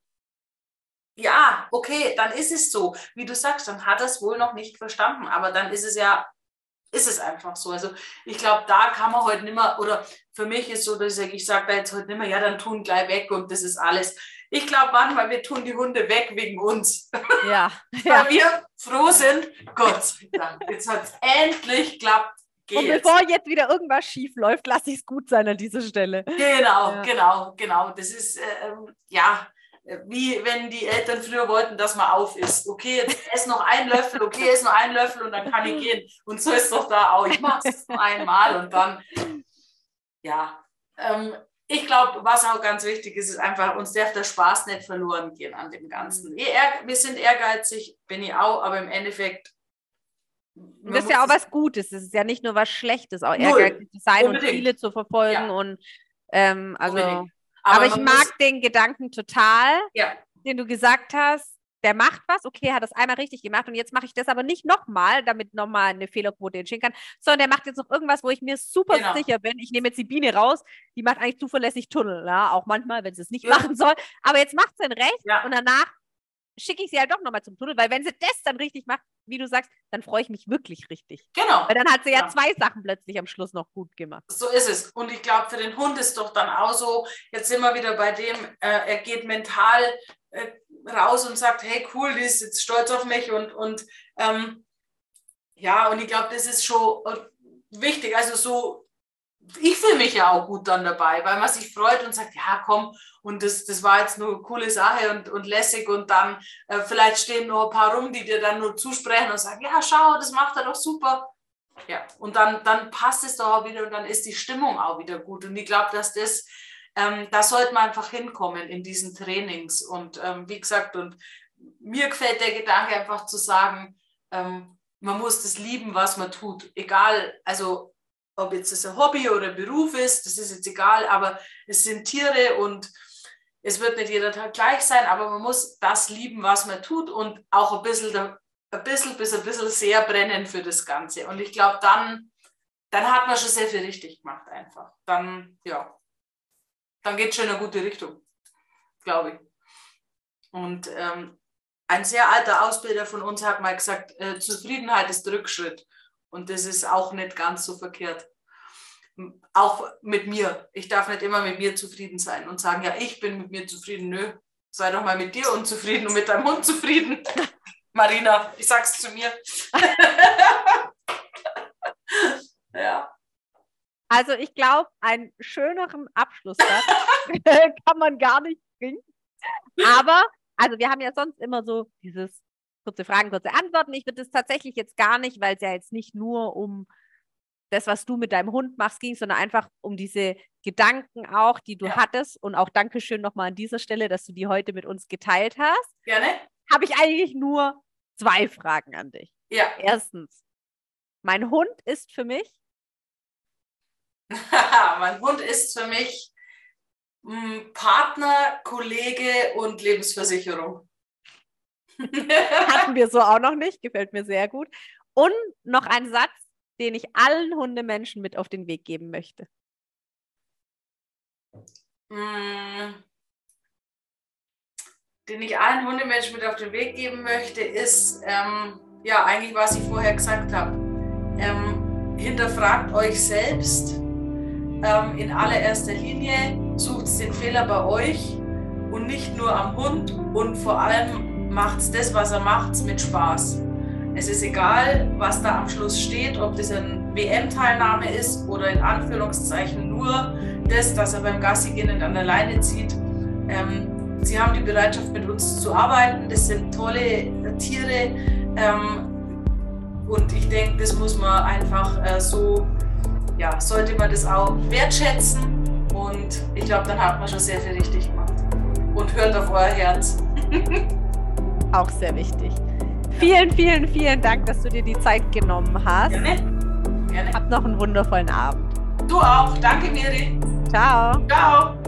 Ja, okay, dann ist es so. Wie du sagst, dann hat er es wohl noch nicht verstanden, aber dann ist es ja, ist es einfach so. Also ich glaube, da kann man heute nicht mehr, oder für mich ist so, dass ich, ich sage da jetzt heute nicht mehr, ja, dann tun gleich weg und das ist alles. Ich glaube manchmal, wir tun die Hunde weg wegen uns. Ja. Weil ja. wir froh sind, Gott sei Dank, jetzt hat es endlich geklappt. Geh und bevor jetzt. jetzt wieder irgendwas schief läuft, lasse ich es gut sein an dieser Stelle. Genau, ja. genau, genau. Das ist, äh, ja, wie wenn die Eltern früher wollten, dass man auf ist. Okay, jetzt ess noch einen Löffel, okay, ess noch einen Löffel und dann kann ich gehen. Und so ist doch da auch. Ich mache es nur einmal und dann, ja. Ähm, ich glaube, was auch ganz wichtig ist, ist einfach, uns darf der Spaß nicht verloren gehen an dem Ganzen. Wir, wir sind ehrgeizig, bin ich auch, aber im Endeffekt Und das ist ja auch was Gutes. Das ist ja nicht nur was Schlechtes, auch ehrgeizig zu sein und Ziele zu verfolgen. Ja. Und ähm, also, aber, aber ich mag muss, den Gedanken total, ja. den du gesagt hast. Der macht was, okay, er hat das einmal richtig gemacht und jetzt mache ich das aber nicht nochmal, damit nochmal eine Fehlerquote entstehen kann, sondern der macht jetzt noch irgendwas, wo ich mir super genau. sicher bin. Ich nehme jetzt die Biene raus, die macht eigentlich zuverlässig Tunnel, ja, auch manchmal, wenn sie es nicht ja. machen soll. Aber jetzt macht sie den recht ja. und danach schicke ich sie halt doch nochmal zum Tunnel, weil wenn sie das dann richtig macht, wie du sagst, dann freue ich mich wirklich richtig. Genau. Weil dann hat sie ja, ja zwei Sachen plötzlich am Schluss noch gut gemacht. So ist es. Und ich glaube, für den Hund ist doch dann auch so, jetzt sind wir wieder bei dem, äh, er geht mental äh, raus und sagt, hey cool, die ist jetzt stolz auf mich und, und ähm, ja, und ich glaube, das ist schon wichtig. Also so, ich fühle mich ja auch gut dann dabei, weil man sich freut und sagt, ja komm, und das, das war jetzt nur eine coole Sache und, und lässig und dann äh, vielleicht stehen noch ein paar rum, die dir dann nur zusprechen und sagen, ja schau, das macht er doch super. Ja, und dann, dann passt es doch auch wieder und dann ist die Stimmung auch wieder gut. Und ich glaube, dass das Ähm, da sollte man einfach hinkommen in diesen Trainings. Und ähm, wie gesagt, und mir gefällt der Gedanke einfach zu sagen, ähm, man muss das lieben, was man tut. Egal, also ob jetzt das ein Hobby oder ein Beruf ist, das ist jetzt egal, aber es sind Tiere und es wird nicht jeder Tag gleich sein, aber man muss das lieben, was man tut und auch ein bisschen, ein bisschen bis ein bisschen sehr brennen für das Ganze. Und ich glaube, dann, dann hat man schon sehr viel richtig gemacht einfach. Dann, ja, dann geht es schon in eine gute Richtung, glaube ich. Und ähm, ein sehr alter Ausbilder von uns hat mal gesagt, äh, Zufriedenheit ist Rückschritt. Und das ist auch nicht ganz so verkehrt. Auch mit mir. Ich darf nicht immer mit mir zufrieden sein und sagen, ja, ich bin mit mir zufrieden. Nö, sei doch mal mit dir unzufrieden und mit deinem Hund zufrieden. Marina, ich sag's zu mir. Ja. Also ich glaube, einen schöneren Abschlusssatz kann man gar nicht bringen. Aber, also wir haben ja sonst immer so dieses kurze Fragen, kurze Antworten. Ich würde es tatsächlich jetzt gar nicht, weil es ja jetzt nicht nur um das, was du mit deinem Hund machst, ging, sondern einfach um diese Gedanken auch, die du ja. hattest. Und auch Dankeschön nochmal an dieser Stelle, dass du die heute mit uns geteilt hast. Gerne. Habe ich eigentlich nur zwei Fragen an dich. Ja. Erstens, mein Hund ist für mich? Mein Hund ist für mich m, Partner, Kollege und Lebensversicherung. Hatten wir so auch noch nicht, gefällt mir sehr gut. Und noch ein Satz, den ich allen Hundemenschen mit auf den Weg geben möchte. Mm, den ich allen Hundemenschen mit auf den Weg geben möchte, ist, ähm, ja, eigentlich, was ich vorher gesagt habe. Ähm, hinterfragt euch selbst ähm, in allererster Linie, sucht den Fehler bei euch und nicht nur am Hund und vor allem macht das, was er macht, mit Spaß. Es ist egal, was da am Schluss steht, ob das eine W M-Teilnahme ist oder in Anführungszeichen nur das, dass er beim Gassi gehen an der Leine zieht. Ähm, sie haben die Bereitschaft, mit uns zu arbeiten. Das sind tolle Tiere. Ähm, und ich denke, das muss man einfach äh, so, ja, sollte man das auch wertschätzen. Und ich glaube, dann hat man schon sehr viel richtig gemacht. Und hört auf euer Herz. Auch sehr wichtig. Vielen, vielen, vielen Dank, dass du dir die Zeit genommen hast. Gerne. Gerne. Hab noch einen wundervollen Abend. Du auch. Danke, Miri. Ciao. Ciao.